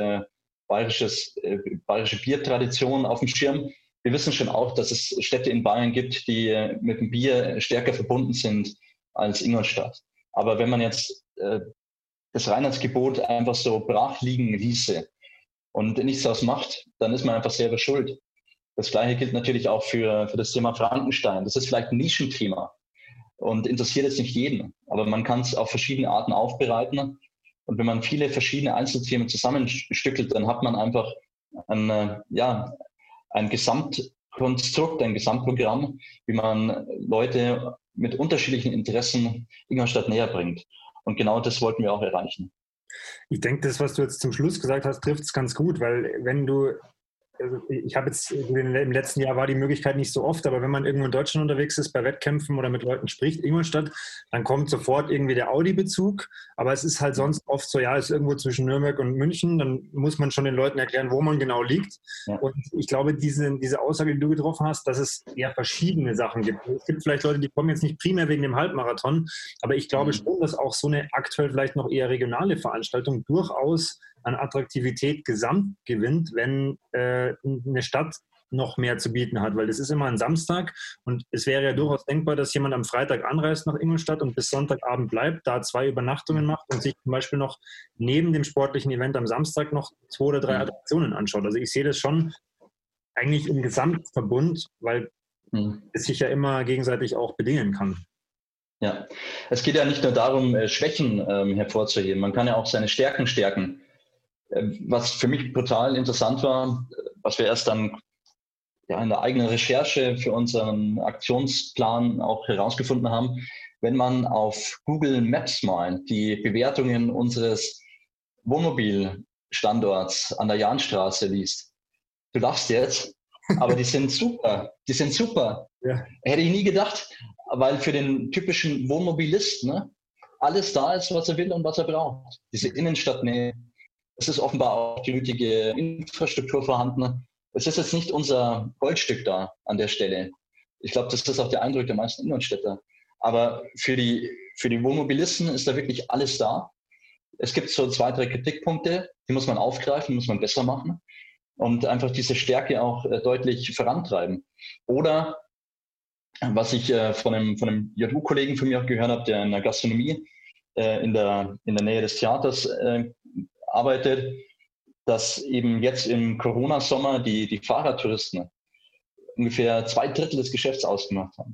bayerische Biertradition auf dem Schirm. Wir wissen schon auch, dass es Städte in Bayern gibt, die mit dem Bier stärker verbunden sind als Ingolstadt. Aber wenn man jetzt das Reinheitsgebot einfach so brach liegen ließe und nichts daraus macht, dann ist man einfach selber schuld. Das Gleiche gilt natürlich auch für das Thema Frankenstein. Das ist vielleicht ein Nischenthema und interessiert jetzt nicht jeden, aber man kann es auf verschiedene Arten aufbereiten. Und wenn man viele verschiedene Einzelthemen zusammenstückelt, dann hat man einfach ein Gesamtkonstrukt, ein Gesamtprogramm, wie man Leute mit unterschiedlichen Interessen Ingolstadt näher bringt. Und genau das wollten wir auch erreichen. Ich denke, das, was du jetzt zum Schluss gesagt hast, trifft es ganz gut, weil wenn du, also ich habe jetzt, im letzten Jahr war die Möglichkeit nicht so oft, aber wenn man irgendwo in Deutschland unterwegs ist, bei Wettkämpfen oder mit Leuten spricht, Ingolstadt, dann kommt sofort irgendwie der Audi-Bezug, aber es ist halt sonst oft so, ja, es ist irgendwo zwischen Nürnberg und München, dann muss man schon den Leuten erklären, wo man genau liegt. Ja. Und ich glaube, diese Aussage, die du getroffen hast, dass es eher verschiedene Sachen gibt. Es gibt vielleicht Leute, die kommen jetzt nicht primär wegen dem Halbmarathon, aber ich glaube schon, dass auch so eine aktuell vielleicht noch eher regionale Veranstaltung durchaus an Attraktivität gesamt gewinnt, wenn eine Stadt noch mehr zu bieten hat, weil das ist immer ein Samstag und es wäre ja durchaus denkbar, dass jemand am Freitag anreist nach Ingolstadt und bis Sonntagabend bleibt, da 2 Übernachtungen macht und sich zum Beispiel noch neben dem sportlichen Event am Samstag noch 2 oder 3 Attraktionen anschaut. Also ich sehe das schon eigentlich im Gesamtverbund, weil es sich ja immer gegenseitig auch bedingen kann. Ja, es geht ja nicht nur darum, Schwächen hervorzuheben, man kann ja auch seine Stärken stärken. Was für mich brutal interessant war, was wir erst dann in der eigenen Recherche für unseren Aktionsplan auch herausgefunden haben, wenn man auf Google Maps mal die Bewertungen unseres Wohnmobilstandorts an der Jahnstraße liest. Du lachst jetzt, aber die sind super. Die sind super. Ja. Hätte ich nie gedacht, weil für den typischen Wohnmobilisten alles da ist, was er will und was er braucht. Diese Innenstadtnähe. Es ist offenbar auch die nötige Infrastruktur vorhanden. Es ist jetzt nicht unser Goldstück da an der Stelle. Ich glaube, das ist auch der Eindruck der meisten Ingolstädter. Aber für die Wohnmobilisten ist da wirklich alles da. Es gibt so 2, 3 Kritikpunkte, die muss man aufgreifen, muss man besser machen und einfach diese Stärke auch deutlich vorantreiben. Oder, was ich von einem JU-Kollegen von mir auch gehört habe, der in der Gastronomie in der Nähe des Theaters arbeitet, dass eben jetzt im Corona-Sommer die Fahrradtouristen ungefähr 2/3 des Geschäfts ausgemacht haben.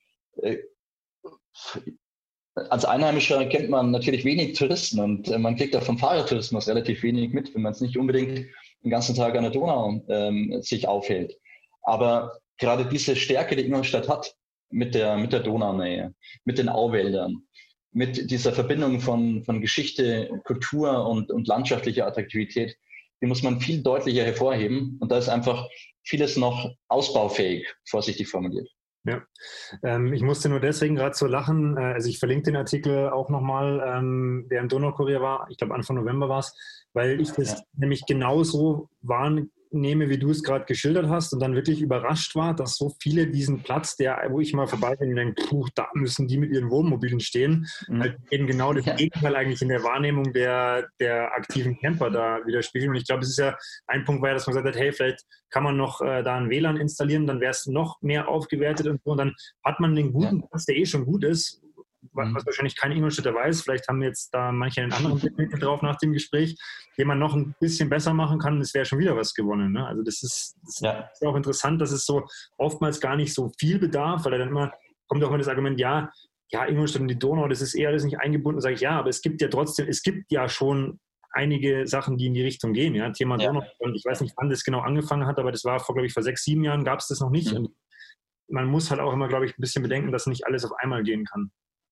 Als Einheimischer kennt man natürlich wenig Touristen und man kriegt auch vom Fahrradtourismus relativ wenig mit, wenn man es nicht unbedingt den ganzen Tag an der Donau sich aufhält. Aber gerade diese Stärke, die Ingolstadt hat, mit der Donaunähe, mit den Auwäldern, mit dieser Verbindung von Geschichte, Kultur und landschaftlicher Attraktivität, die muss man viel deutlicher hervorheben. Und da ist einfach vieles noch ausbaufähig, vorsichtig formuliert. Ja, ich musste nur deswegen gerade so lachen. Also ich verlinke den Artikel auch nochmal, der im Donaukurier war. Ich glaube Anfang November war es, weil ich das nämlich genauso wahrnehme, wie du es gerade geschildert hast und dann wirklich überrascht war, dass so viele diesen Platz, wo ich mal vorbei bin und denke, da müssen die mit ihren Wohnmobilen stehen, halt eben genau das Gegenteil eigentlich in der Wahrnehmung der aktiven Camper da widerspiegeln. Und ich glaube, es ist ja ein Punkt, war ja, dass man gesagt hat, hey, vielleicht kann man noch da ein WLAN installieren, dann wäre es noch mehr aufgewertet und so. Und dann hat man den guten Platz, der schon gut ist, was wahrscheinlich kein Ingolstädter weiß, vielleicht haben jetzt da manche einen anderen Blick drauf nach dem Gespräch, den man noch ein bisschen besser machen kann, es wäre schon wieder was gewonnen. Ne? Also das ist auch interessant, dass es so oftmals gar nicht so viel bedarf, weil dann kommt auch immer das Argument, ja, Ingolstadt und die Donau, das ist eher alles nicht eingebunden, sage ich, ja, aber es gibt ja schon einige Sachen, die in die Richtung gehen. Ja? Thema Donau, und ich weiß nicht, wann das genau angefangen hat, aber das war glaube ich, vor 6, 7 Jahren gab es das noch nicht. Und man muss halt auch immer, glaube ich, ein bisschen bedenken, dass nicht alles auf einmal gehen kann.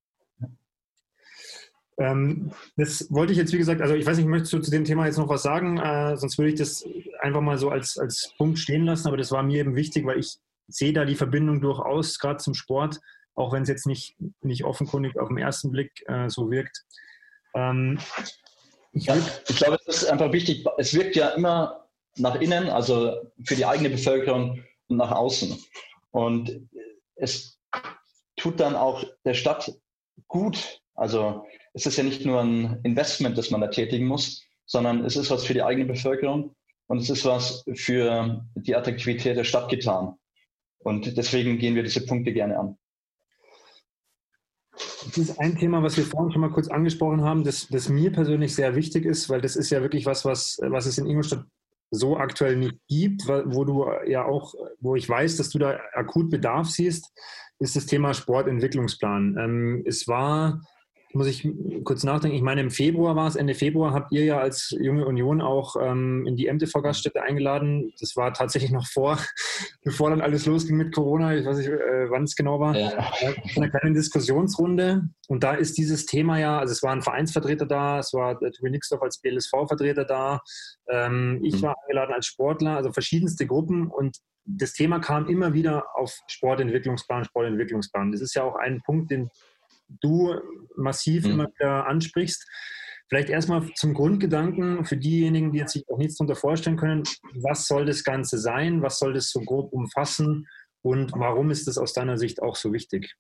Das wollte ich jetzt, wie gesagt, also ich weiß nicht, möchtest du zu dem Thema jetzt noch was sagen? Sonst würde ich das einfach mal so als Punkt stehen lassen, aber das war mir eben wichtig, weil ich sehe da die Verbindung durchaus, gerade zum Sport, auch wenn es jetzt nicht offenkundig auf den ersten Blick so wirkt. Ich glaube, es ist einfach wichtig, es wirkt ja immer nach innen, also für die eigene Bevölkerung und nach außen. Und es tut dann auch der Stadt gut. Also es ist ja nicht nur ein Investment, das man da tätigen muss, sondern es ist was für die eigene Bevölkerung und es ist was für die Attraktivität der Stadt getan. Und deswegen gehen wir diese Punkte gerne an. ist ein Thema, was wir vorhin schon mal kurz angesprochen haben, das mir persönlich sehr wichtig ist, weil das ist ja wirklich was es in Ingolstadt so aktuell nicht gibt, wo du ja auch, wo ich weiß, dass du da akut Bedarf siehst, ist das Thema Sportentwicklungsplan. Muss ich kurz nachdenken, ich meine im Februar war es, Ende Februar habt ihr ja als Junge Union auch in die MTV-Gaststätte eingeladen. Das war tatsächlich noch bevor dann alles losging mit Corona, ich weiß nicht, wann es genau war, Ja. eine kleine Diskussionsrunde. Und da ist dieses Thema ja, also es waren Vereinsvertreter da, es war Tobi Nixdorf als BLSV-Vertreter da, ich war eingeladen als Sportler, also verschiedenste Gruppen, und das Thema kam immer wieder auf Sportentwicklungsplan. Das ist ja auch ein Punkt, den du massiv immer wieder ansprichst. Vielleicht erstmal zum Grundgedanken für diejenigen, die jetzt sich auch nichts darunter vorstellen können. Was soll das Ganze sein? Was soll das so grob umfassen? Und warum ist das aus deiner Sicht auch so wichtig?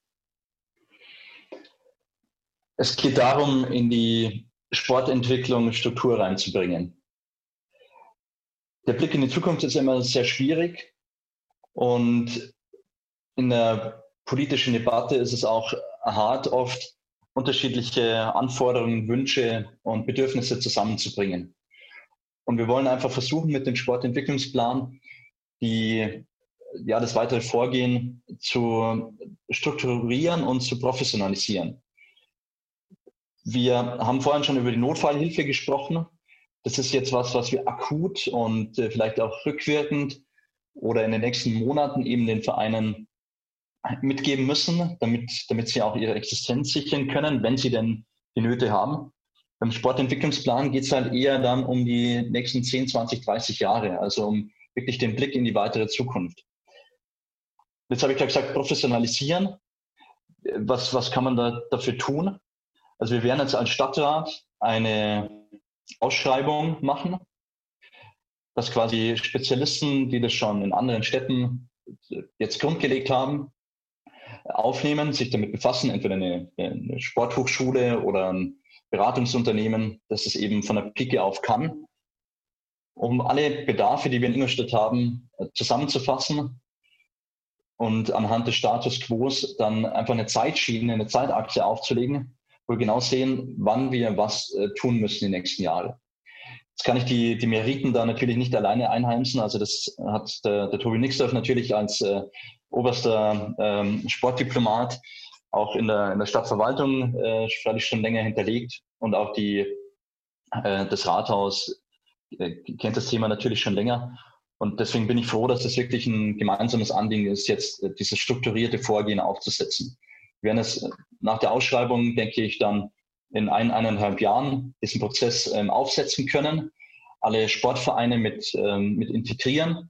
Es geht darum, in die Sportentwicklung Struktur reinzubringen. Der Blick in die Zukunft ist immer sehr schwierig, und in der politischen Debatte ist es auch hart, oft unterschiedliche Anforderungen, Wünsche und Bedürfnisse zusammenzubringen. Und wir wollen einfach versuchen, mit dem Sportentwicklungsplan das weitere Vorgehen zu strukturieren und zu professionalisieren. Wir haben vorhin schon über die Notfallhilfe gesprochen. Das ist jetzt was wir akut und vielleicht auch rückwirkend oder in den nächsten Monaten eben den Vereinen mitgeben müssen, damit sie auch ihre Existenz sichern können, wenn sie denn die Nöte haben. Beim Sportentwicklungsplan geht es halt eher dann um die nächsten 10, 20, 30 Jahre, also um wirklich den Blick in die weitere Zukunft. Jetzt habe ich ja gesagt, professionalisieren. Was kann man dafür tun? Also wir werden jetzt als Stadtrat eine Ausschreibung machen, dass quasi Spezialisten, die das schon in anderen Städten jetzt grundgelegt haben, aufnehmen, sich damit befassen, entweder eine Sporthochschule oder ein Beratungsunternehmen, das es eben von der Pike auf kann, um alle Bedarfe, die wir in Ingolstadt haben, zusammenzufassen und anhand des Status Quo dann einfach eine Zeitschiene, eine Zeitachse aufzulegen, wo wir genau sehen, wann wir was tun müssen die nächsten Jahre. Jetzt kann ich die Meriten da natürlich nicht alleine einheimsen. Also das hat der Tobi Nixdorf natürlich als oberster Sportdiplomat auch in der Stadtverwaltung freilich schon länger hinterlegt, und auch das Rathaus kennt das Thema natürlich schon länger. Und deswegen bin ich froh, dass das wirklich ein gemeinsames Anliegen ist, jetzt dieses strukturierte Vorgehen aufzusetzen. Wir werden es nach der Ausschreibung, denke ich, dann in 1,5 Jahren diesen Prozess aufsetzen können, alle Sportvereine mit integrieren,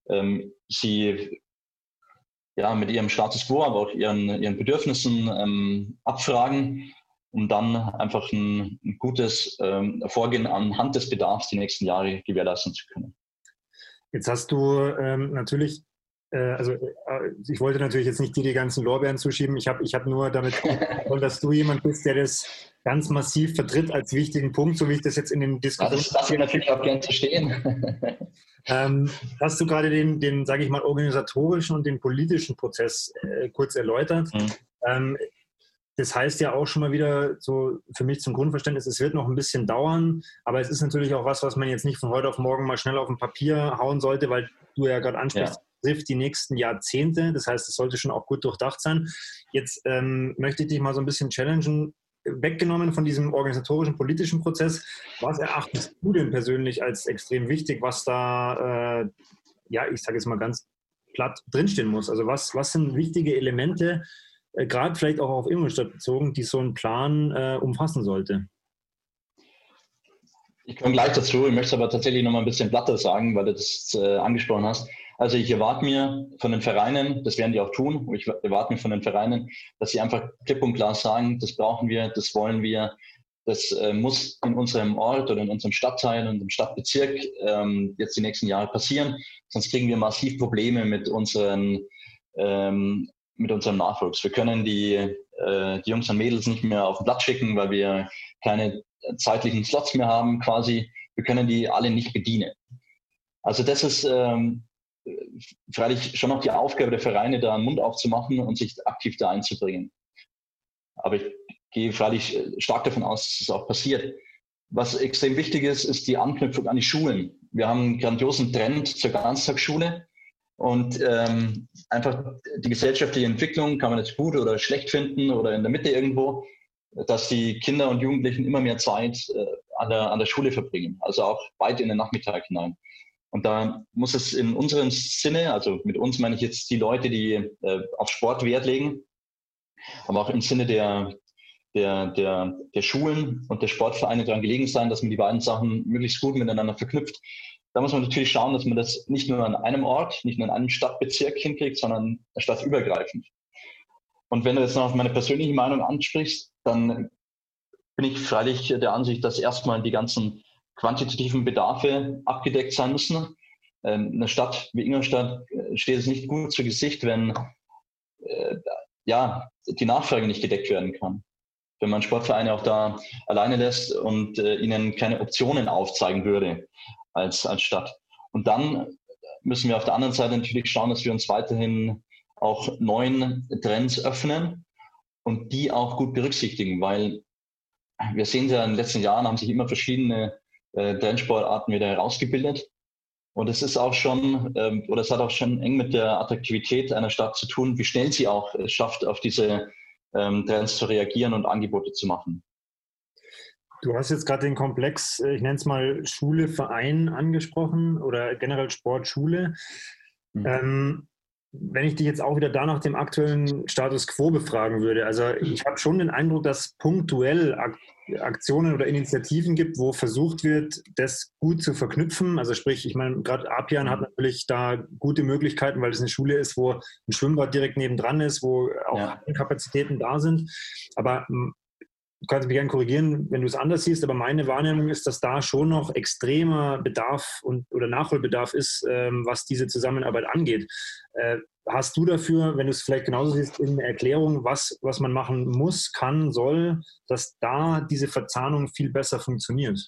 sie mit ihrem Status quo, aber auch ihren Bedürfnissen abfragen, um dann einfach ein gutes Vorgehen anhand des Bedarfs die nächsten Jahre gewährleisten zu können. Jetzt hast du natürlich, ich wollte natürlich jetzt nicht dir die ganzen Lorbeeren zuschieben. Ich hab nur damit gesprochen, dass du jemand bist, der das ganz massiv vertritt als wichtigen Punkt, so wie ich das jetzt in den Diskussionen... Das darf ich natürlich auch gerne verstehen. Hast du gerade den, sage ich mal, organisatorischen und den politischen Prozess kurz erläutert. Das heißt ja auch schon mal wieder so für mich zum Grundverständnis, es wird noch ein bisschen dauern, aber es ist natürlich auch was man jetzt nicht von heute auf morgen mal schnell auf ein Papier hauen sollte, weil du ja gerade ansprichst, trifft die nächsten Jahrzehnte. Das heißt, es sollte schon auch gut durchdacht sein. Jetzt möchte ich dich mal so ein bisschen challengen. Weggenommen von diesem organisatorischen, politischen Prozess, was erachtest du denn persönlich als extrem wichtig, was da, ich sage jetzt mal ganz platt, drinstehen muss? Also was sind wichtige Elemente, gerade vielleicht auch auf Ingolstadt bezogen, die so ein Plan umfassen sollte? Ich komme gleich dazu, ich möchte aber tatsächlich noch mal ein bisschen platter sagen, weil du das angesprochen hast. Also ich erwarte mir von den Vereinen, das werden die auch tun, ich erwarte mir von den Vereinen, dass sie einfach klipp und klar sagen, das brauchen wir, das wollen wir, das muss in unserem Ort oder in unserem Stadtteil und im Stadtbezirk jetzt die nächsten Jahre passieren, sonst kriegen wir massiv Probleme mit unserem Nachwuchs. Wir können die Jungs und Mädels nicht mehr auf den Platz schicken, weil wir keine zeitlichen Slots mehr haben quasi. Wir können die alle nicht bedienen. Also das ist freilich schon noch die Aufgabe der Vereine, da einen Mund aufzumachen und sich aktiv da einzubringen. Aber ich gehe freilich stark davon aus, dass es auch passiert. Was extrem wichtig ist, ist die Anknüpfung an die Schulen. Wir haben einen grandiosen Trend zur Ganztagsschule und einfach die gesellschaftliche Entwicklung kann man jetzt gut oder schlecht finden oder in der Mitte irgendwo, dass die Kinder und Jugendlichen immer mehr Zeit an der Schule verbringen, also auch weit in den Nachmittag hinein. Und da muss es in unserem Sinne, also mit uns meine ich jetzt die Leute, die auf Sport Wert legen, aber auch im Sinne der Schulen und der Sportvereine daran gelegen sein, dass man die beiden Sachen möglichst gut miteinander verknüpft. Da muss man natürlich schauen, dass man das nicht nur an einem Ort, nicht nur in einem Stadtbezirk hinkriegt, sondern stadtübergreifend. Und wenn du jetzt noch auf meine persönliche Meinung ansprichst, dann bin ich freilich der Ansicht, dass erstmal die ganzen quantitativen Bedarfe abgedeckt sein müssen. Eine Stadt wie Ingolstadt steht es nicht gut zu Gesicht, wenn die Nachfrage nicht gedeckt werden kann. Wenn man Sportvereine auch da alleine lässt und ihnen keine Optionen aufzeigen würde als Stadt. Und dann müssen wir auf der anderen Seite natürlich schauen, dass wir uns weiterhin auch neuen Trends öffnen und die auch gut berücksichtigen, weil wir sehen ja in den letzten Jahren haben sich immer verschiedene Trendsportarten wieder herausgebildet. Und es ist auch schon, es hat auch schon eng mit der Attraktivität einer Stadt zu tun, wie schnell sie auch es schafft, auf diese Trends zu reagieren und Angebote zu machen. Du hast jetzt gerade den Komplex, ich nenne es mal Schule, Verein angesprochen oder generell Sport, Schule. Wenn ich dich jetzt auch wieder da nach dem aktuellen Status quo befragen würde, also ich habe schon den Eindruck, dass punktuell Aktionen oder Initiativen gibt, wo versucht wird, das gut zu verknüpfen. Also sprich, ich meine, gerade Apian hat natürlich da gute Möglichkeiten, weil es eine Schule ist, wo ein Schwimmbad direkt nebendran ist, wo auch Kapazitäten da sind. Aber du kannst mich gerne korrigieren, wenn du es anders siehst, aber meine Wahrnehmung ist, dass da schon noch extremer Bedarf oder Nachholbedarf ist, was diese Zusammenarbeit angeht. Hast du dafür, wenn du es vielleicht genauso siehst, irgendeine Erklärung, was man machen muss, kann, soll, dass da diese Verzahnung viel besser funktioniert?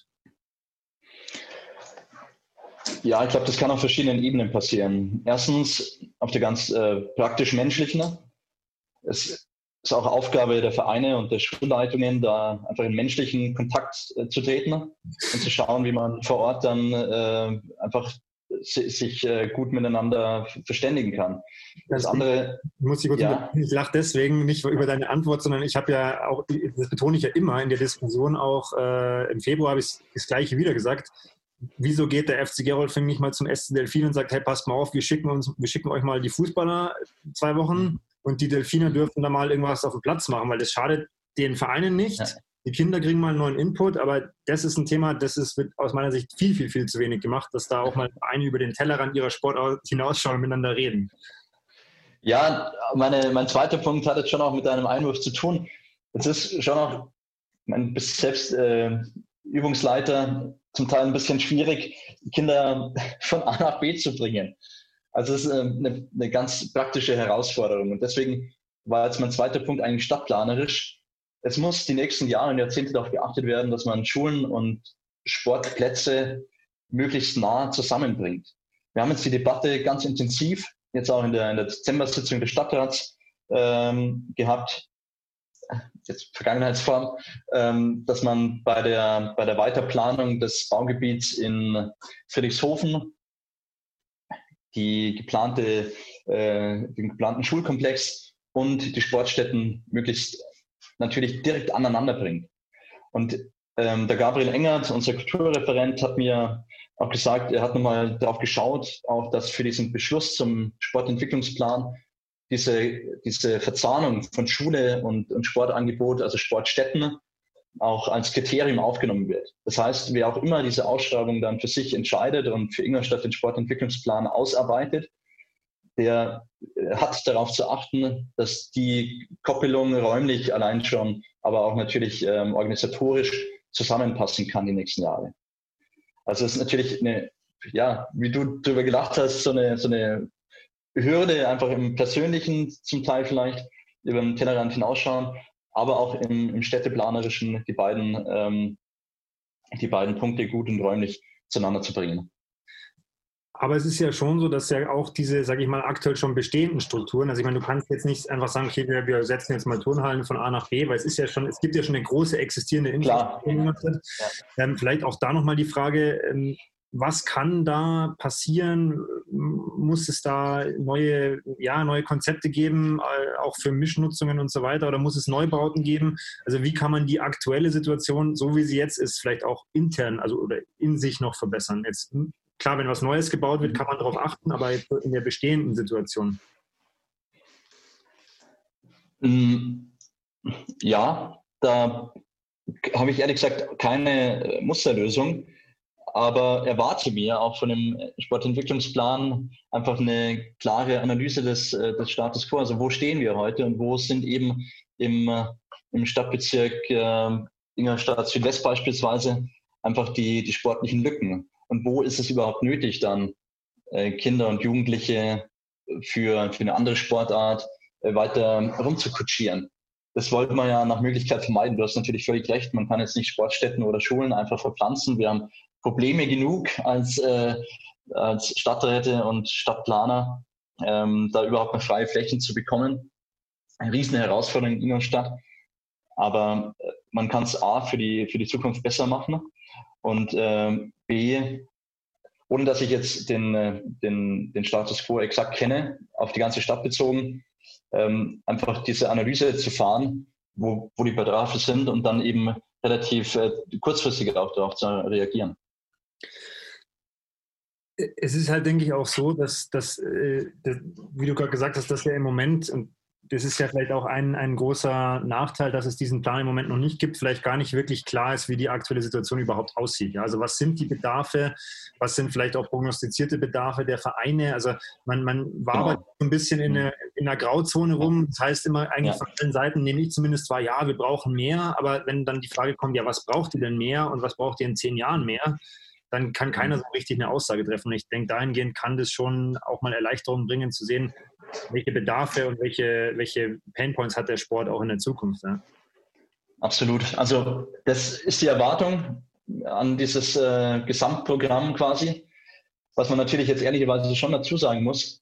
Ja, ich glaube, das kann auf verschiedenen Ebenen passieren. Erstens auf der ganz praktisch-menschlichen. Es ist auch Aufgabe der Vereine und der Schulleitungen, da einfach in menschlichen Kontakt zu treten und zu schauen, wie man vor Ort dann einfach sich gut miteinander verständigen kann. Das andere, ich lache deswegen nicht über deine Antwort, sondern ich habe ja auch, das betone ich ja immer in der Diskussion, auch im Februar habe ich das Gleiche wieder gesagt. Wieso geht der FC Gerolfing nicht mal zum SC Delfin und sagt, hey, passt mal auf, wir schicken euch mal die Fußballer 2 Wochen und die Delfiner dürfen da mal irgendwas auf dem Platz machen, weil das schadet den Vereinen nicht. Ja. Die Kinder kriegen mal einen neuen Input, aber das ist ein Thema, wird aus meiner Sicht viel, viel, viel zu wenig gemacht, dass da auch mal Vereine über den Tellerrand ihrer Sportart hinausschauen und miteinander reden. Ja, mein zweiter Punkt hat jetzt schon auch mit deinem Einwurf zu tun. Es ist schon auch, du bist selbst Übungsleiter, zum Teil ein bisschen schwierig, Kinder von A nach B zu bringen. Also es ist eine ganz praktische Herausforderung. Und deswegen war jetzt mein zweiter Punkt eigentlich stadtplanerisch. Es muss die nächsten Jahre und Jahrzehnte darauf geachtet werden, dass man Schulen und Sportplätze möglichst nah zusammenbringt. Wir haben jetzt die Debatte ganz intensiv, jetzt auch in der Dezember-Sitzung des Stadtrats gehabt, jetzt Vergangenheitsform, dass man bei der Weiterplanung des Baugebiets in Friedrichshofen den geplanten Schulkomplex und die Sportstätten möglichst natürlich direkt aneinander bringt. Und der Gabriel Engert, unser Kulturreferent, hat mir auch gesagt, er hat nochmal darauf geschaut, auch dass für diesen Beschluss zum Sportentwicklungsplan diese Verzahnung von Schule und Sportangebot, also Sportstätten, auch als Kriterium aufgenommen wird. Das heißt, wer auch immer diese Ausschreibung dann für sich entscheidet und für Ingolstadt den Sportentwicklungsplan ausarbeitet, der hat darauf zu achten, dass die Koppelung räumlich allein schon, aber auch natürlich organisatorisch zusammenpassen kann die nächsten Jahre. Also es ist natürlich wie du darüber gelacht hast, so eine Hürde, einfach im Persönlichen zum Teil vielleicht, über den Tellerrand hinausschauen, aber auch im Städteplanerischen die beiden Punkte gut und räumlich zueinander zu bringen. Aber es ist ja schon so, dass ja auch diese, sage ich mal, aktuell schon bestehenden Strukturen, also ich meine, du kannst jetzt nicht einfach sagen, okay, wir setzen jetzt mal Turnhallen von A nach B, weil es gibt ja schon eine große existierende Klar. Infrastruktur. Ja. Vielleicht auch da nochmal die Frage, was kann da passieren? Muss es da neue Konzepte geben, auch für Mischnutzungen und so weiter? Oder muss es Neubauten geben? Also wie kann man die aktuelle Situation, so wie sie jetzt ist, vielleicht auch intern, also oder in sich noch verbessern? Jetzt klar, wenn was Neues gebaut wird, kann man darauf achten, aber jetzt in der bestehenden Situation. Ja, da habe ich ehrlich gesagt keine Musterlösung, aber erwarte mir auch von dem Sportentwicklungsplan einfach eine klare Analyse des Status quo. Also wo stehen wir heute und wo sind eben im Stadtbezirk Ingolstadt Südwest beispielsweise einfach die sportlichen Lücken. Und wo ist es überhaupt nötig, dann Kinder und Jugendliche für eine andere Sportart weiter rumzukutschieren? Das wollte man ja nach Möglichkeit vermeiden. Du hast natürlich völlig recht. Man kann jetzt nicht Sportstätten oder Schulen einfach verpflanzen. Wir haben Probleme genug als Stadträte und Stadtplaner, da überhaupt noch freie Flächen zu bekommen. Eine riesen Herausforderung in Ingolstadt. Aber man kann es A für die Zukunft besser machen und B, ohne dass ich jetzt den Status quo exakt kenne, auf die ganze Stadt bezogen, einfach diese Analyse zu fahren, wo die Bedarfe sind und dann eben relativ kurzfristig auch darauf zu reagieren. Es ist halt, denke ich, auch so, dass wie du gerade gesagt hast, dass ja im Moment, und das ist ja vielleicht auch ein großer Nachteil, dass es diesen Plan im Moment noch nicht gibt, vielleicht gar nicht wirklich klar ist, wie die aktuelle Situation überhaupt aussieht. Ja, also was sind die Bedarfe, was sind vielleicht auch prognostizierte Bedarfe der Vereine? Also man wabert so ein bisschen in einer Grauzone rum. Das heißt immer eigentlich von allen Seiten, nehme ich zumindest wahr, ja, wir brauchen mehr. Aber wenn dann die Frage kommt, ja, was braucht ihr denn mehr und was braucht ihr in 10 Jahren mehr? Dann kann keiner so richtig eine Aussage treffen. Und ich denke, dahingehend kann das schon auch mal Erleichterung bringen, zu sehen, welche Bedarfe und welche Painpoints hat der Sport auch in der Zukunft. Ja? Absolut. Also das ist die Erwartung an dieses Gesamtprogramm quasi. Was man natürlich jetzt ehrlicherweise schon dazu sagen muss,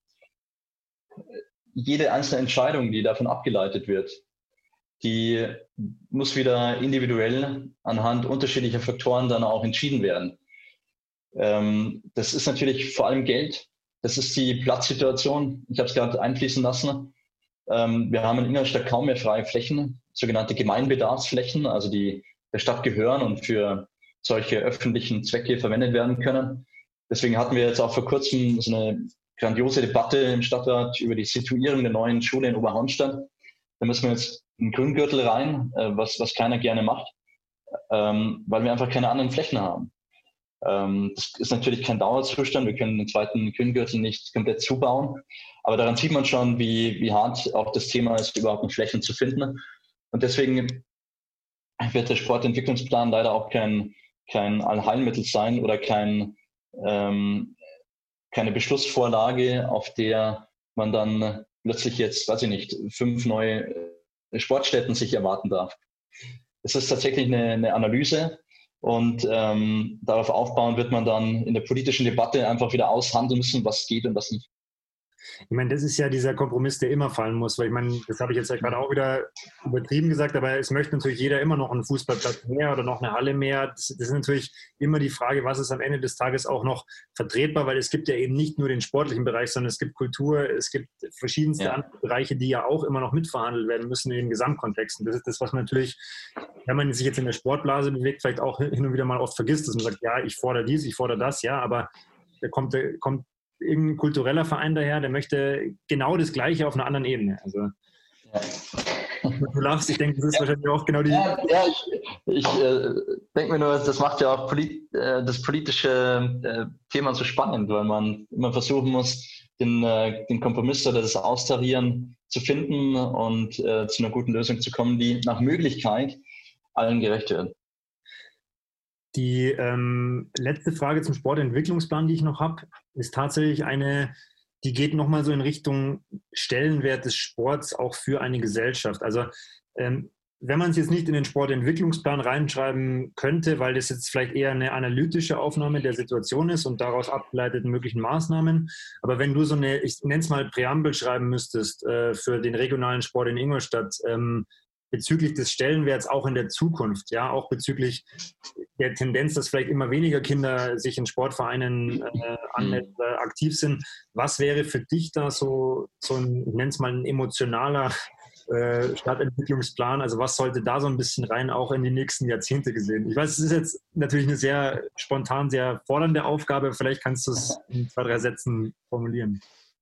jede einzelne Entscheidung, die davon abgeleitet wird, die muss wieder individuell anhand unterschiedlicher Faktoren dann auch entschieden werden. Das ist natürlich vor allem Geld. Das ist die Platzsituation. Ich habe es gerade einfließen lassen. Wir haben in Ingolstadt kaum mehr freie Flächen, sogenannte Gemeinbedarfsflächen, also die der Stadt gehören und für solche öffentlichen Zwecke verwendet werden können. Deswegen hatten wir jetzt auch vor kurzem so eine grandiose Debatte im Stadtrat über die Situierung der neuen Schule in Oberhauenstadt. Da müssen wir jetzt einen Grüngürtel rein, was keiner gerne macht, weil wir einfach keine anderen Flächen haben. Das ist natürlich kein Dauerzustand. Wir können den zweiten Grüngürtel nicht komplett zubauen. Aber daran sieht man schon, wie hart auch das Thema ist, überhaupt noch Flächen zu finden. Und deswegen wird der Sportentwicklungsplan leider auch kein Allheilmittel sein oder keine Beschlussvorlage, auf der man dann plötzlich jetzt, weiß ich nicht, 5 neue Sportstätten sich erwarten darf. Es ist tatsächlich eine Analyse. Und darauf aufbauen wird man dann in der politischen Debatte einfach wieder aushandeln müssen, was geht und was nicht. Ich meine, das ist ja dieser Kompromiss, der immer fallen muss, weil ich meine, das habe ich jetzt ja gerade auch wieder übertrieben gesagt, aber es möchte natürlich jeder immer noch einen Fußballplatz mehr oder noch eine Halle mehr. Das ist natürlich immer die Frage, was ist am Ende des Tages auch noch vertretbar, weil es gibt ja eben nicht nur den sportlichen Bereich, sondern es gibt Kultur, es gibt verschiedenste andere Bereiche, die ja auch immer noch mitverhandelt werden müssen in den Gesamtkontexten. Das ist das, was man natürlich, wenn man sich jetzt in der Sportblase bewegt, vielleicht auch hin und wieder mal oft vergisst, dass man sagt, ja, ich fordere dies, ich fordere das, ja, aber da kommt irgendein kultureller Verein daher, der möchte genau das Gleiche auf einer anderen Ebene. Also, du lachst, ich denke, das ist wahrscheinlich auch genau die... Ich denke mir nur, das macht ja auch das politische Thema so spannend, weil man immer versuchen muss, den Kompromiss oder das Austarieren zu finden und zu einer guten Lösung zu kommen, die nach Möglichkeit allen gerecht wird. Die letzte Frage zum Sportentwicklungsplan, die ich noch habe, ist tatsächlich eine, die geht nochmal so in Richtung Stellenwert des Sports auch für eine Gesellschaft. Also wenn man es jetzt nicht in den Sportentwicklungsplan reinschreiben könnte, weil das jetzt vielleicht eher eine analytische Aufnahme der Situation ist und daraus abgeleiteten möglichen Maßnahmen, aber wenn du so eine, ich nenne es mal Präambel schreiben müsstest für den regionalen Sport in Ingolstadt, bezüglich des Stellenwerts auch in der Zukunft, ja, auch bezüglich der Tendenz, dass vielleicht immer weniger Kinder sich in Sportvereinen anmelden, aktiv sind. Was wäre für dich da so ein, ich nenne es mal ein emotionaler Stadtentwicklungsplan? Also was sollte da so ein bisschen rein, auch in die nächsten Jahrzehnte gesehen? Ich weiß, es ist jetzt natürlich eine sehr spontan, sehr fordernde Aufgabe. Vielleicht kannst du es in 2, 3 Sätzen formulieren.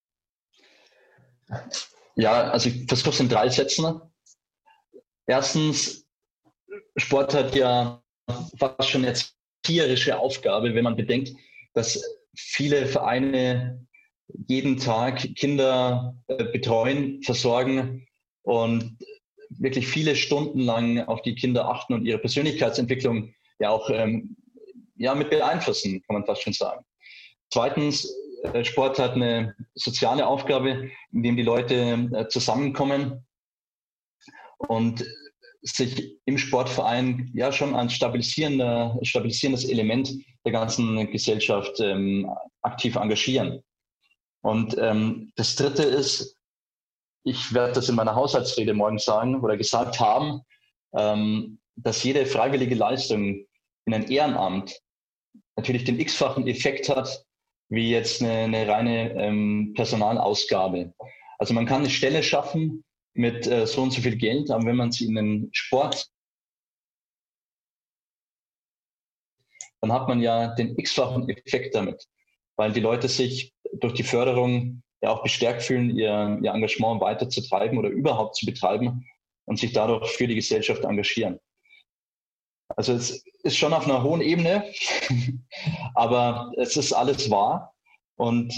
Ja, also ich versuche es in 3 Sätzen. Erstens, Sport hat ja fast schon eine erzieherische Aufgabe, wenn man bedenkt, dass viele Vereine jeden Tag Kinder betreuen, versorgen und wirklich viele Stunden lang auf die Kinder achten und ihre Persönlichkeitsentwicklung ja auch mit beeinflussen, kann man fast schon sagen. Zweitens, Sport hat eine soziale Aufgabe, in dem die Leute zusammenkommen und sich im Sportverein ja schon als stabilisierendes Element der ganzen Gesellschaft aktiv engagieren. Und das Dritte ist, ich werde das in meiner Haushaltsrede morgen sagen oder gesagt haben, dass jede freiwillige Leistung in ein Ehrenamt natürlich den x-fachen Effekt hat, wie jetzt eine reine Personalausgabe. Also man kann eine Stelle schaffen mit so und so viel Geld, aber wenn man sie in den Sport, dann hat man ja den x-fachen Effekt damit, weil die Leute sich durch die Förderung ja auch bestärkt fühlen, ihr Engagement weiterzutreiben oder überhaupt zu betreiben und sich dadurch für die Gesellschaft engagieren. Also es ist schon auf einer hohen Ebene, aber es ist alles wahr. Und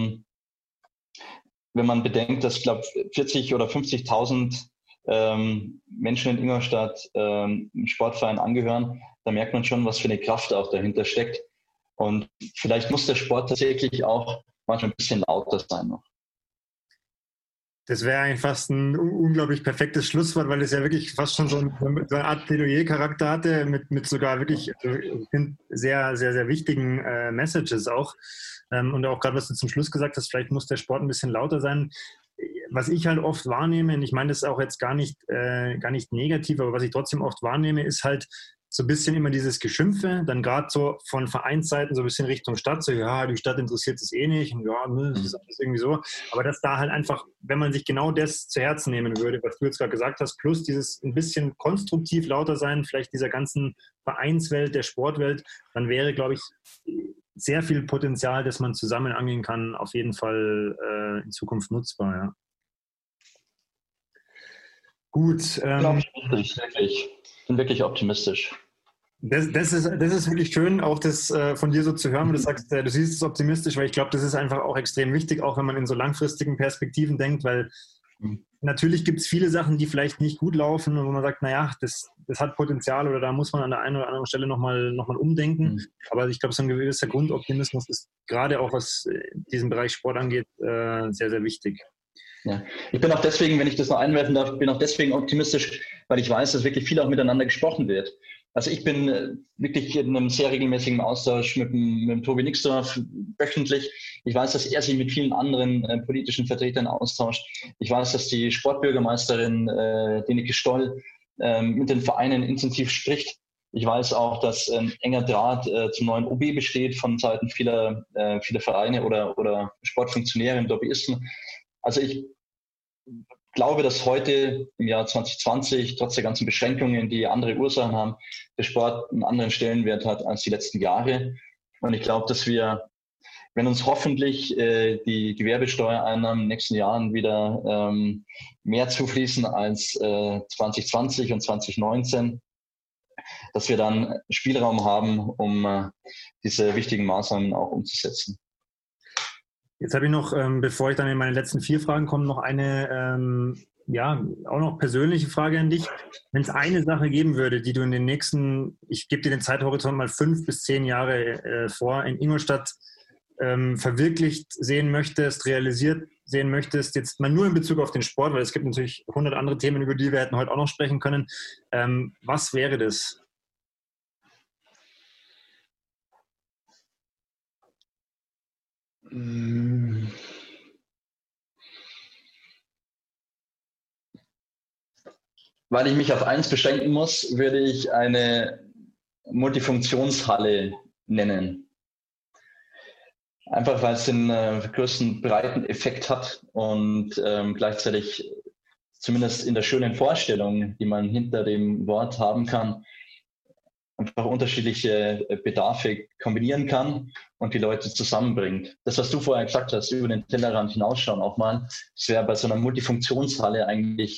wenn man bedenkt, dass, ich glaube, 40.000 oder 50.000 Menschen in Ingolstadt im Sportverein angehören, da merkt man schon, was für eine Kraft auch dahinter steckt. Und vielleicht muss der Sport tatsächlich auch manchmal ein bisschen lauter sein noch. Das wäre eigentlich fast ein unglaublich perfektes Schlusswort, weil es ja wirklich fast schon so eine Art Plädoyer-Charakter hatte, mit sogar wirklich sehr, sehr, sehr wichtigen Messages auch. Und auch gerade, was du zum Schluss gesagt hast, vielleicht muss der Sport ein bisschen lauter sein. Was ich halt oft wahrnehme, und ich meine das ist auch jetzt gar nicht negativ, aber was ich trotzdem oft wahrnehme, ist halt so ein bisschen immer dieses Geschimpfe, dann gerade so von Vereinsseiten so ein bisschen Richtung Stadt, so ja, die Stadt interessiert es eh nicht und ja, das ist alles irgendwie so. Aber dass da halt einfach, wenn man sich genau das zu Herzen nehmen würde, was du jetzt gerade gesagt hast, plus dieses ein bisschen konstruktiv lauter sein, vielleicht dieser ganzen Vereinswelt, der Sportwelt, dann wäre, glaube ich, sehr viel Potenzial, das man zusammen angehen kann, auf jeden Fall in Zukunft nutzbar, ja. Gut. Ich bin wirklich optimistisch. Das ist wirklich schön, auch das von dir so zu hören, wenn du sagst, du siehst es optimistisch, weil ich glaube, das ist einfach auch extrem wichtig, auch wenn man in so langfristigen Perspektiven denkt, weil natürlich gibt es viele Sachen, die vielleicht nicht gut laufen und wo man sagt, naja, das hat Potenzial oder da muss man an der einen oder anderen Stelle nochmal umdenken. Aber ich glaube, so ein gewisser Grundoptimismus ist gerade auch, was diesen Bereich Sport angeht, sehr, sehr wichtig. Ja. Ich bin auch deswegen, wenn ich das noch einwerfen darf, bin auch deswegen optimistisch, weil ich weiß, dass wirklich viel auch miteinander gesprochen wird. Also ich bin wirklich in einem sehr regelmäßigen Austausch mit dem Tobi Nixdorf wöchentlich. Ich weiß, dass er sich mit vielen anderen politischen Vertretern austauscht. Ich weiß, dass die Sportbürgermeisterin Denike Stoll mit den Vereinen intensiv spricht. Ich weiß auch, dass enger Draht zum neuen OB besteht von Seiten vieler Vereine oder Sportfunktionäre und Lobbyisten. Also ich glaube, dass heute im Jahr 2020, trotz der ganzen Beschränkungen, die andere Ursachen haben, der Sport einen anderen Stellenwert hat als die letzten Jahre. Und ich glaube, dass wir, wenn uns hoffentlich die Gewerbesteuereinnahmen in den nächsten Jahren wieder mehr zufließen als 2020 und 2019, dass wir dann Spielraum haben, um diese wichtigen Maßnahmen auch umzusetzen. Jetzt habe ich noch, bevor ich dann in meine letzten 4 Fragen komme, noch eine, auch noch persönliche Frage an dich. Wenn es eine Sache geben würde, die du in den nächsten, ich gebe dir den Zeithorizont mal 5 bis 10 Jahre vor, in Ingolstadt verwirklicht sehen möchtest, realisiert sehen möchtest, jetzt mal nur in Bezug auf den Sport, weil es gibt natürlich 100 andere Themen, über die wir hätten heute auch noch sprechen können. Was wäre das? Weil ich mich auf eins beschränken muss, würde ich eine Multifunktionshalle nennen. Einfach weil es den größten breiten Effekt hat und gleichzeitig zumindest in der schönen Vorstellung, die man hinter dem Wort haben kann, einfach unterschiedliche Bedarfe kombinieren kann und die Leute zusammenbringt. Das, was du vorher gesagt hast, über den Tellerrand hinausschauen auch mal, das wäre bei so einer Multifunktionshalle eigentlich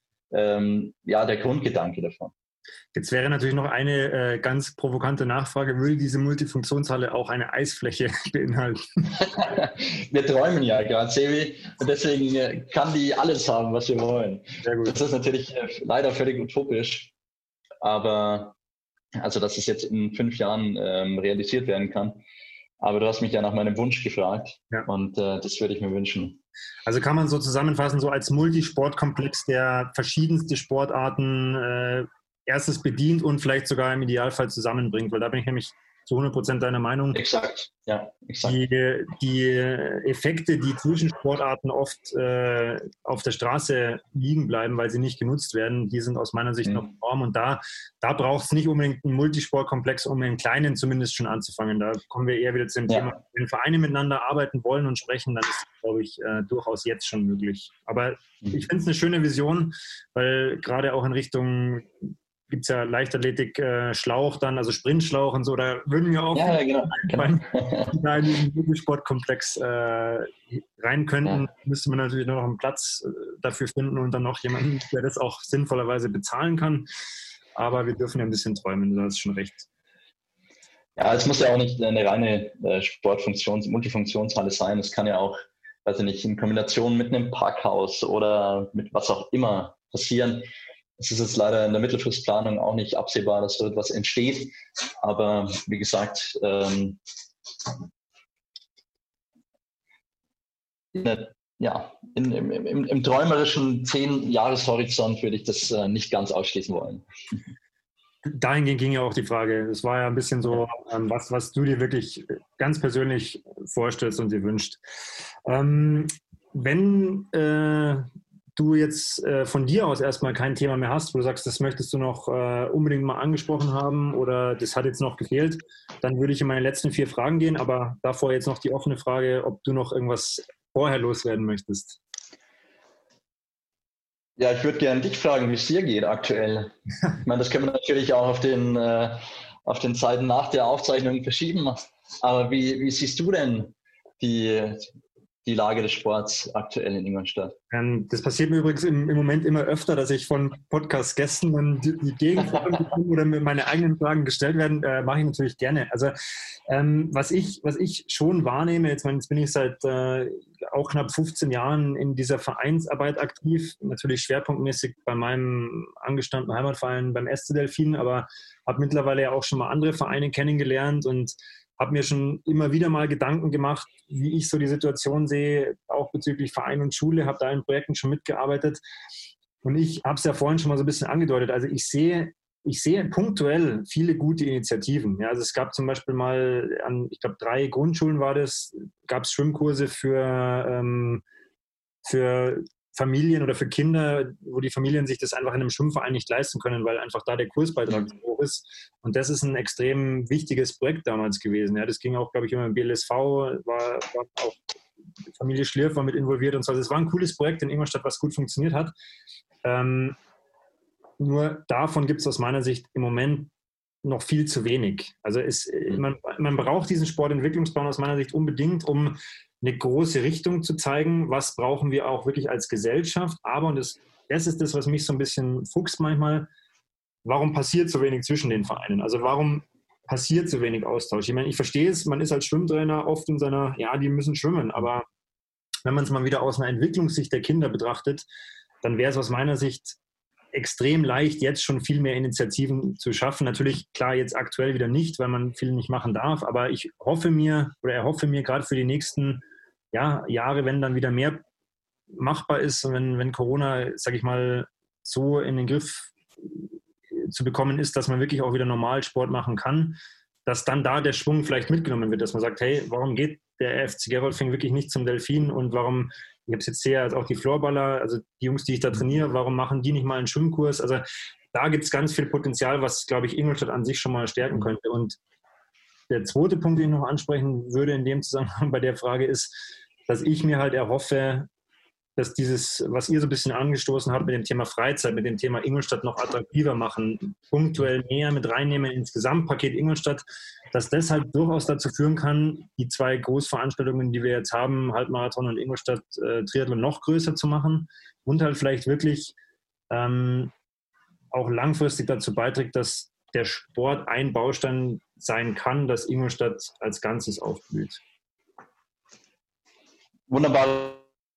der Grundgedanke davon. Jetzt wäre natürlich noch eine ganz provokante Nachfrage. Will diese Multifunktionshalle auch eine Eisfläche beinhalten? Wir träumen ja gerade, Sevi, und deswegen kann die alles haben, was wir wollen. Sehr gut. Das ist natürlich leider völlig utopisch, aber also, dass es jetzt in 5 Jahren realisiert werden kann. Aber du hast mich ja nach meinem Wunsch gefragt, und das würde ich mir wünschen. Also kann man so zusammenfassen, so als Multisportkomplex, der verschiedenste Sportarten erstes bedient und vielleicht sogar im Idealfall zusammenbringt, weil da bin ich nämlich zu 100% deiner Meinung. Exakt, ja, exakt. Die Effekte, die zwischen Sportarten oft auf der Straße liegen bleiben, weil sie nicht genutzt werden, die sind aus meiner Sicht noch enorm. Und da braucht es nicht unbedingt einen Multisportkomplex, um im Kleinen zumindest schon anzufangen. Da kommen wir eher wieder zu dem Thema, wenn Vereine miteinander arbeiten wollen und sprechen, dann ist das, glaube ich, durchaus jetzt schon möglich. Aber ich finde es eine schöne Vision, weil gerade auch in Richtung gibt es ja Leichtathletik, Schlauch dann, also Sprintschlauch und so, da würden wir auch in diesen Multisportkomplex rein könnten, müsste man natürlich nur noch einen Platz dafür finden und dann noch jemanden, der das auch sinnvollerweise bezahlen kann. Aber wir dürfen ja ein bisschen träumen, du hast schon recht. Ja, es muss ja auch nicht eine reine Multifunktionshalle sein. Es kann ja auch, weiß ich nicht, in Kombination mit einem Parkhaus oder mit was auch immer passieren. Es ist jetzt leider in der Mittelfristplanung auch nicht absehbar, dass so etwas entsteht. Aber wie gesagt, im träumerischen 10-Jahres-Horizont würde ich das nicht ganz ausschließen wollen. Dahingehend ging ja auch die Frage. Es war ja ein bisschen so, was du dir wirklich ganz persönlich vorstellst und dir wünschst. Wenn du jetzt von dir aus erstmal kein Thema mehr hast, wo du sagst, das möchtest du noch unbedingt mal angesprochen haben oder das hat jetzt noch gefehlt, dann würde ich in meine letzten 4 Fragen gehen, aber davor jetzt noch die offene Frage, ob du noch irgendwas vorher loswerden möchtest. Ja, ich würde gerne dich fragen, wie es dir geht aktuell. Ich meine, das können wir natürlich auch auf den Zeiten nach der Aufzeichnung verschieben, aber wie siehst du denn die Lage des Sports aktuell in Ingolstadt? Das passiert mir übrigens im Moment immer öfter, dass ich von Podcast-Gästen dann die Gegenfragen bekomme oder mir meine eigenen Fragen gestellt werden, mache ich natürlich gerne. Also was ich schon wahrnehme, jetzt bin ich seit auch knapp 15 Jahren in dieser Vereinsarbeit aktiv, natürlich schwerpunktmäßig bei meinem angestammten Heimatverein beim SC Delfin, aber habe mittlerweile ja auch schon mal andere Vereine kennengelernt und habe mir schon immer wieder mal Gedanken gemacht, wie ich so die Situation sehe, auch bezüglich Verein und Schule, habe da in Projekten schon mitgearbeitet. Und ich habe es ja vorhin schon mal so ein bisschen angedeutet. Also ich sehe punktuell viele gute Initiativen. Ja, also es gab zum Beispiel mal an, ich glaube, 3 Grundschulen war das, gab es Schwimmkurse für Familien oder für Kinder, wo die Familien sich das einfach in einem Schwimmverein nicht leisten können, weil einfach da der Kursbeitrag so hoch ist. Und das ist ein extrem wichtiges Projekt damals gewesen. Ja, das ging auch, glaube ich, immer im BLSV, war auch Familie Schlierf war mit involviert und so. Also es war ein cooles Projekt in Ingolstadt, was gut funktioniert hat. Nur davon gibt es aus meiner Sicht im Moment noch viel zu wenig. Also man braucht diesen Sportentwicklungsplan aus meiner Sicht unbedingt, um eine große Richtung zu zeigen, was brauchen wir auch wirklich als Gesellschaft. Aber, und das ist das, was mich so ein bisschen fuchst manchmal, warum passiert so wenig zwischen den Vereinen? Also warum passiert so wenig Austausch? Ich meine, ich verstehe es, man ist als Schwimmtrainer oft in seiner, ja, die müssen schwimmen, aber wenn man es mal wieder aus einer Entwicklungssicht der Kinder betrachtet, dann wäre es aus meiner Sicht extrem leicht, jetzt schon viel mehr Initiativen zu schaffen. Natürlich, klar, jetzt aktuell wieder nicht, weil man viel nicht machen darf, aber ich erhoffe mir gerade für die nächsten Jahre, wenn dann wieder mehr machbar ist und wenn Corona, sage ich mal, so in den Griff zu bekommen ist, dass man wirklich auch wieder normal Sport machen kann, dass dann da der Schwung vielleicht mitgenommen wird, dass man sagt, hey, warum geht der FC Gerolfing wirklich nicht zum Delfin und warum, ich habe es jetzt sehr, also auch die Floorballer, also die Jungs, die ich da trainiere, warum machen die nicht mal einen Schwimmkurs? Also da gibt es ganz viel Potenzial, was, glaube ich, Ingolstadt an sich schon mal stärken könnte. Und der zweite Punkt, den ich noch ansprechen würde in dem Zusammenhang bei der Frage ist, dass ich mir halt erhoffe, dass dieses, was ihr so ein bisschen angestoßen habt mit dem Thema Freizeit, mit dem Thema Ingolstadt noch attraktiver machen, punktuell mehr mit reinnehmen ins Gesamtpaket Ingolstadt, dass das halt durchaus dazu führen kann, die 2 Großveranstaltungen, die wir jetzt haben, Halbmarathon und Ingolstadt Triathlon noch größer zu machen und halt vielleicht wirklich auch langfristig dazu beiträgt, dass der Sport ein Baustein sein kann, dass Ingolstadt als Ganzes aufblüht. Wunderbar.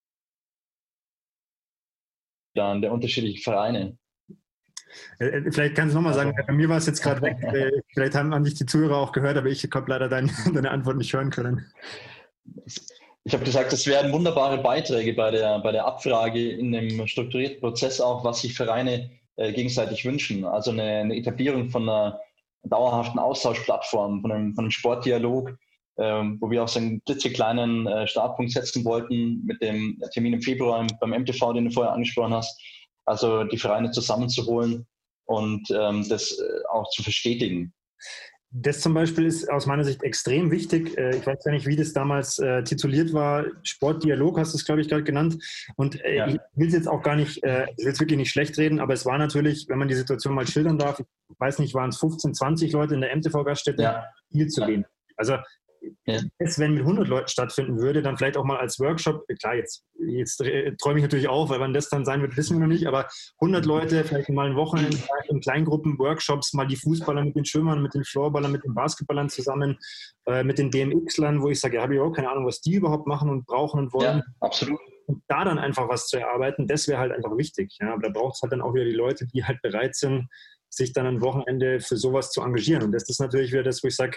Dann der unterschiedlichen Vereine. Vielleicht kannst du nochmal sagen, bei mir war es jetzt gerade weg. Vielleicht haben dich die Zuhörer auch gehört, aber ich habe leider deine Antwort nicht hören können. Ich habe gesagt, es werden wunderbare Beiträge bei der Abfrage in dem strukturierten Prozess auch, was sich Vereine gegenseitig wünschen. Also eine Etablierung von einer dauerhaften Austauschplattform, von einem Sportdialog, wo wir auch so einen klitzekleinen Startpunkt setzen wollten mit dem Termin im Februar beim MTV, den du vorher angesprochen hast. Also die Vereine zusammenzuholen und das auch zu verstetigen. Das zum Beispiel ist aus meiner Sicht extrem wichtig. Ich weiß gar nicht, wie das damals tituliert war. Sportdialog hast du es, glaube ich, gerade genannt. Und ja. Ich will es jetzt auch gar nicht, ich will es wirklich nicht schlecht reden, aber es war natürlich, wenn man die Situation mal schildern darf, ich weiß nicht, waren es 15, 20 Leute in der MTV-Gaststätte, viel zu wenig. Also wenn mit 100 Leuten stattfinden würde, dann vielleicht auch mal als Workshop, klar, jetzt träume ich natürlich auch, weil wann das dann sein wird, wissen wir noch nicht, aber 100 Leute, vielleicht mal ein Wochenende in Kleingruppen, Workshops, mal die Fußballer mit den Schwimmern, mit den Floorballern, mit den Basketballern zusammen, mit den BMX-Lern, wo ich sage, ja, habe ich auch keine Ahnung, was die überhaupt machen und brauchen und wollen. Ja, absolut. Und da dann einfach was zu erarbeiten, das wäre halt einfach wichtig. Ja, aber da braucht es halt dann auch wieder die Leute, die halt bereit sind, sich dann am Wochenende für sowas zu engagieren. Und das ist natürlich wieder das, wo ich sage,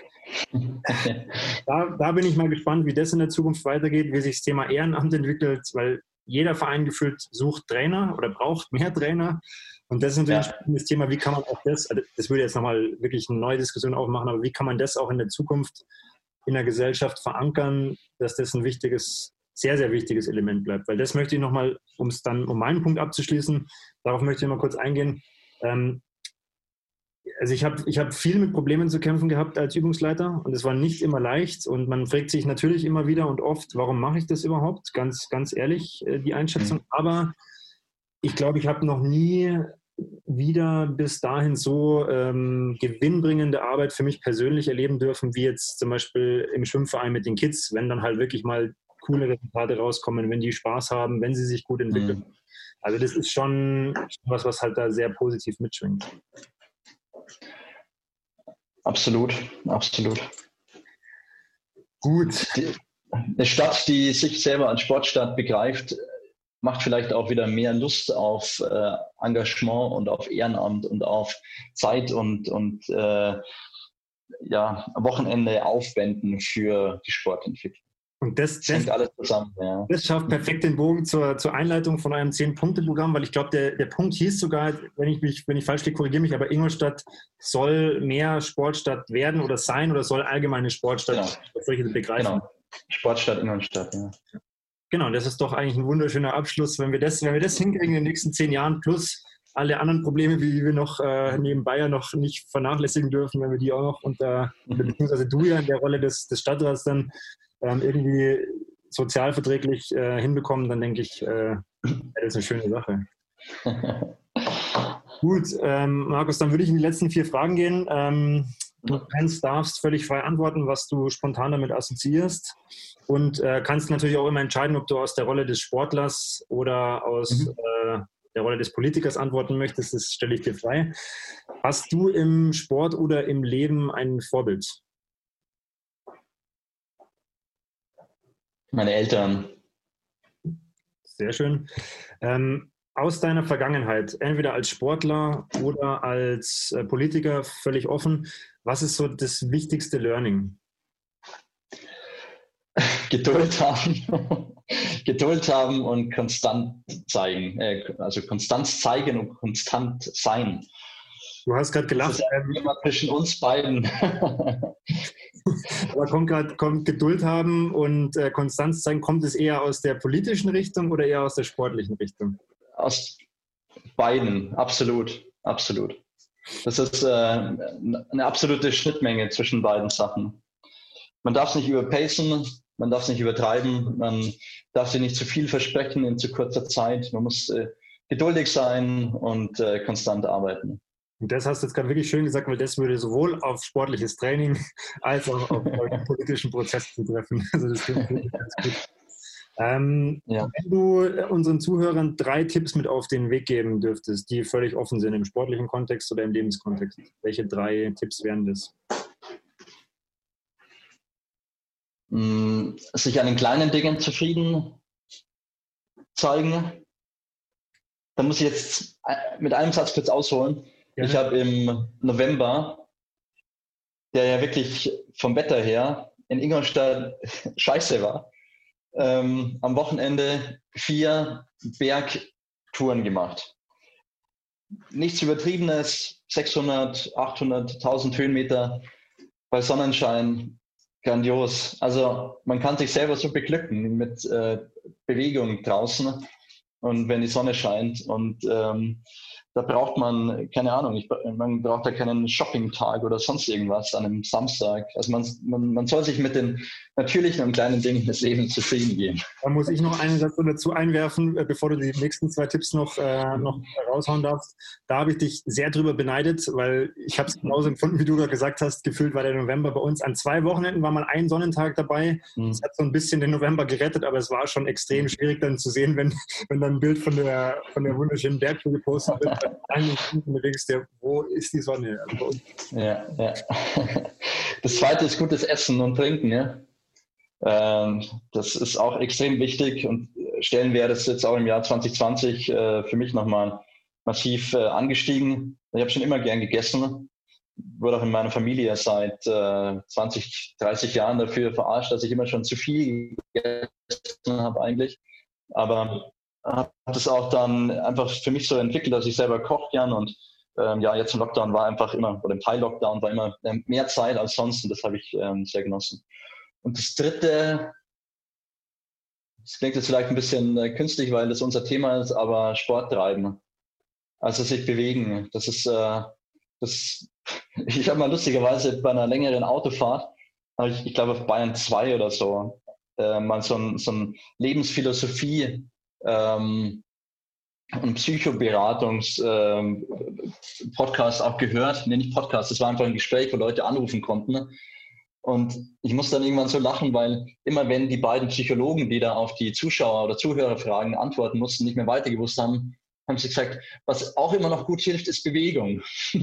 da bin ich mal gespannt, wie das in der Zukunft weitergeht, wie sich das Thema Ehrenamt entwickelt, weil jeder Verein gefühlt sucht Trainer oder braucht mehr Trainer. Und das ist natürlich das Thema, wie kann man auch das, also das würde jetzt nochmal wirklich eine neue Diskussion aufmachen, aber wie kann man das auch in der Zukunft in der Gesellschaft verankern, dass das ein wichtiges, sehr, sehr wichtiges Element bleibt. Weil das möchte ich nochmal, um meinen Punkt abzuschließen, darauf möchte ich mal kurz eingehen. Also ich hab viel mit Problemen zu kämpfen gehabt als Übungsleiter und es war nicht immer leicht und man fragt sich natürlich immer wieder und oft, warum mache ich das überhaupt? Ganz, ganz ehrlich, die Einschätzung. Aber ich glaube, ich habe noch nie wieder bis dahin so gewinnbringende Arbeit für mich persönlich erleben dürfen, wie jetzt zum Beispiel im Schwimmverein mit den Kids, wenn dann halt wirklich mal coole Resultate rauskommen, wenn die Spaß haben, wenn sie sich gut entwickeln. Also das ist schon was halt da sehr positiv mitschwingt. Absolut, absolut. Gut. Eine Stadt, die sich selber als Sportstadt begreift, macht vielleicht auch wieder mehr Lust auf Engagement und auf Ehrenamt und auf Zeit und Wochenende aufwenden für die Sportentwicklung. Und das hängt alles zusammen. Ja. Das schafft perfekt den Bogen zur Einleitung von eurem 10-Punkte-Programm, weil ich glaube, der Punkt hieß sogar, wenn ich falsch liege, korrigiere mich, aber Ingolstadt soll mehr Sportstadt werden oder sein oder soll allgemeine Sportstadt, solche begreifen. Genau. Sportstadt Ingolstadt, ja. Genau, das ist doch eigentlich ein wunderschöner Abschluss, wenn wir das hinkriegen in den nächsten 10 Jahren, plus alle anderen Probleme, wie wir noch nebenbei ja noch nicht vernachlässigen dürfen, wenn wir die auch noch beziehungsweise du ja in der Rolle des Stadtrats dann irgendwie sozialverträglich hinbekommen, dann denke ich, das ist eine schöne Sache. Gut, Markus, dann würde ich in die letzten 4 Fragen gehen. Du darfst völlig frei antworten, was du spontan damit assoziierst und kannst natürlich auch immer entscheiden, ob du aus der Rolle des Sportlers oder aus der Rolle des Politikers antworten möchtest. Das stelle ich dir frei. Hast du im Sport oder im Leben ein Vorbild? Meine Eltern. Sehr schön. Aus deiner Vergangenheit, entweder als Sportler oder als Politiker, völlig offen, was ist so das wichtigste Learning? Geduld haben, Geduld haben und konstant zeigen, also Konstanz zeigen und konstant sein. Du hast gerade gelacht. Das ist ja immer zwischen uns beiden. Aber kommt Geduld haben und Konstanz zeigen, kommt es eher aus der politischen Richtung oder eher aus der sportlichen Richtung? Aus beiden, absolut, absolut. Das ist eine absolute Schnittmenge zwischen beiden Sachen. Man darf es nicht überpacen, man darf es nicht übertreiben, man darf sich nicht zu viel versprechen in zu kurzer Zeit. Man muss geduldig sein und konstant arbeiten. Und das hast du jetzt gerade wirklich schön gesagt, weil das würde sowohl auf sportliches Training als auch auf den politischen Prozess zutreffen. Also das klingt wirklich ganz gut. Ja. Wenn du unseren Zuhörern 3 Tipps mit auf den Weg geben dürftest, die völlig offen sind im sportlichen Kontext oder im Lebenskontext, welche 3 Tipps wären das? Sich an den kleinen Dingen zufrieden zeigen. Da muss ich jetzt mit einem Satz kurz ausholen. Ja. Ich habe im November, der ja wirklich vom Wetter her in Ingolstadt scheiße war, am Wochenende 4 Bergtouren gemacht. Nichts Übertriebenes, 600, 800, 1000 Höhenmeter bei Sonnenschein, grandios. Also man kann sich selber so beglücken mit Bewegung draußen und wenn die Sonne scheint und da braucht man, keine Ahnung, man braucht da keinen Shopping-Tag oder sonst irgendwas an einem Samstag. Also man soll sich mit den natürlichen und kleinen Dingen des Lebens zufrieden geben. Da muss ich noch einen Satz dazu einwerfen, bevor du die nächsten 2 Tipps noch raushauen darfst. Da habe ich dich sehr drüber beneidet, weil ich habe es genauso empfunden, wie du gerade gesagt hast. Gefühlt war der November bei uns. An 2 Wochenenden war mal ein Sonnentag dabei. Das hat so ein bisschen den November gerettet, aber es war schon extrem schwierig dann zu sehen, wenn dann ein Bild von der wunderschönen Bergtour gepostet wird. Und du denkst dir, wo ist die Sonne? Also bei uns. Ja. Das Zweite ist gutes Essen und Trinken. Ja? Das ist auch extrem wichtig und Stellenwert ist jetzt auch im Jahr 2020 für mich nochmal massiv angestiegen. Ich habe schon immer gern gegessen, wurde auch in meiner Familie seit 20, 30 Jahren dafür verarscht, dass ich immer schon zu viel gegessen habe eigentlich. Aber habe das auch dann einfach für mich so entwickelt, dass ich selber koche gern und jetzt im Lockdown war einfach immer, oder im Teil-Lockdown war immer mehr Zeit als sonst und das habe ich sehr genossen. Und das Dritte, das klingt jetzt vielleicht ein bisschen künstlich, weil das unser Thema ist, aber Sport treiben, also sich bewegen. Das ist, ich habe mal lustigerweise bei einer längeren Autofahrt, ich glaube auf Bayern 2 oder so, mal so ein Lebensphilosophie und Psychoberatungs-Podcast auch gehört. Nee, nicht Podcast, das war einfach ein Gespräch, wo Leute anrufen konnten. Und ich muss dann irgendwann so lachen, weil immer wenn die beiden Psychologen, die da auf die Zuschauer- oder Zuhörerfragen antworten mussten, nicht mehr weitergewusst haben, haben sie gesagt, was auch immer noch gut hilft, ist Bewegung.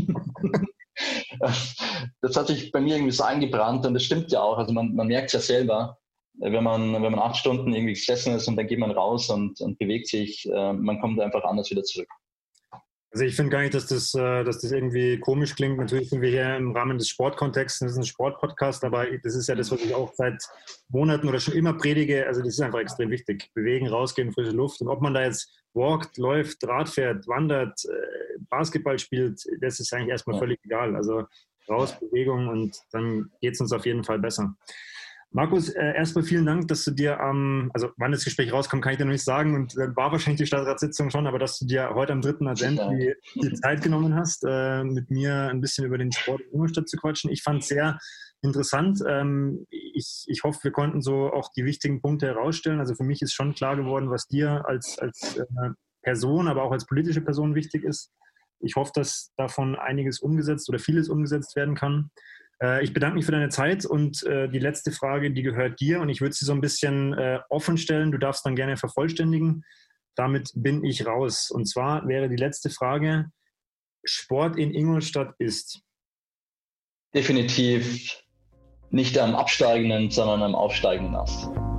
Das hat sich bei mir irgendwie so eingebrannt und das stimmt ja auch. Also man merkt es ja selber, wenn man 8 Stunden irgendwie gesessen ist und dann geht man raus und bewegt sich, man kommt einfach anders wieder zurück. Also ich finde gar nicht, dass das irgendwie komisch klingt. Natürlich sind wir hier im Rahmen des Sportkontexts, das ist ein Sportpodcast, aber das ist ja das, was ich auch seit Monaten oder schon immer predige. Also das ist einfach extrem wichtig. Bewegen, rausgehen, frische Luft. Und ob man da jetzt walkt, läuft, Rad fährt, wandert, Basketball spielt, das ist eigentlich erstmal völlig egal. Also raus, Bewegung und dann geht es uns auf jeden Fall besser. Markus, erstmal vielen Dank, dass du dir also wann das Gespräch rauskommt, kann ich dir noch nicht sagen und dann war wahrscheinlich die Stadtratssitzung schon, aber dass du dir heute am 3. Advent die Zeit genommen hast, mit mir ein bisschen über den Sport in Ingolstadt zu quatschen. Ich fand es sehr interessant. Ich hoffe, wir konnten so auch die wichtigen Punkte herausstellen. Also für mich ist schon klar geworden, was dir als Person, aber auch als politische Person wichtig ist. Ich hoffe, dass davon einiges umgesetzt oder vieles umgesetzt werden kann. Ich bedanke mich für deine Zeit und die letzte Frage, die gehört dir und ich würde sie so ein bisschen offen stellen. Du darfst dann gerne vervollständigen. Damit bin ich raus. Und zwar wäre die letzte Frage, Sport in Ingolstadt ist? Definitiv nicht am absteigenden, sondern am aufsteigenden Ast.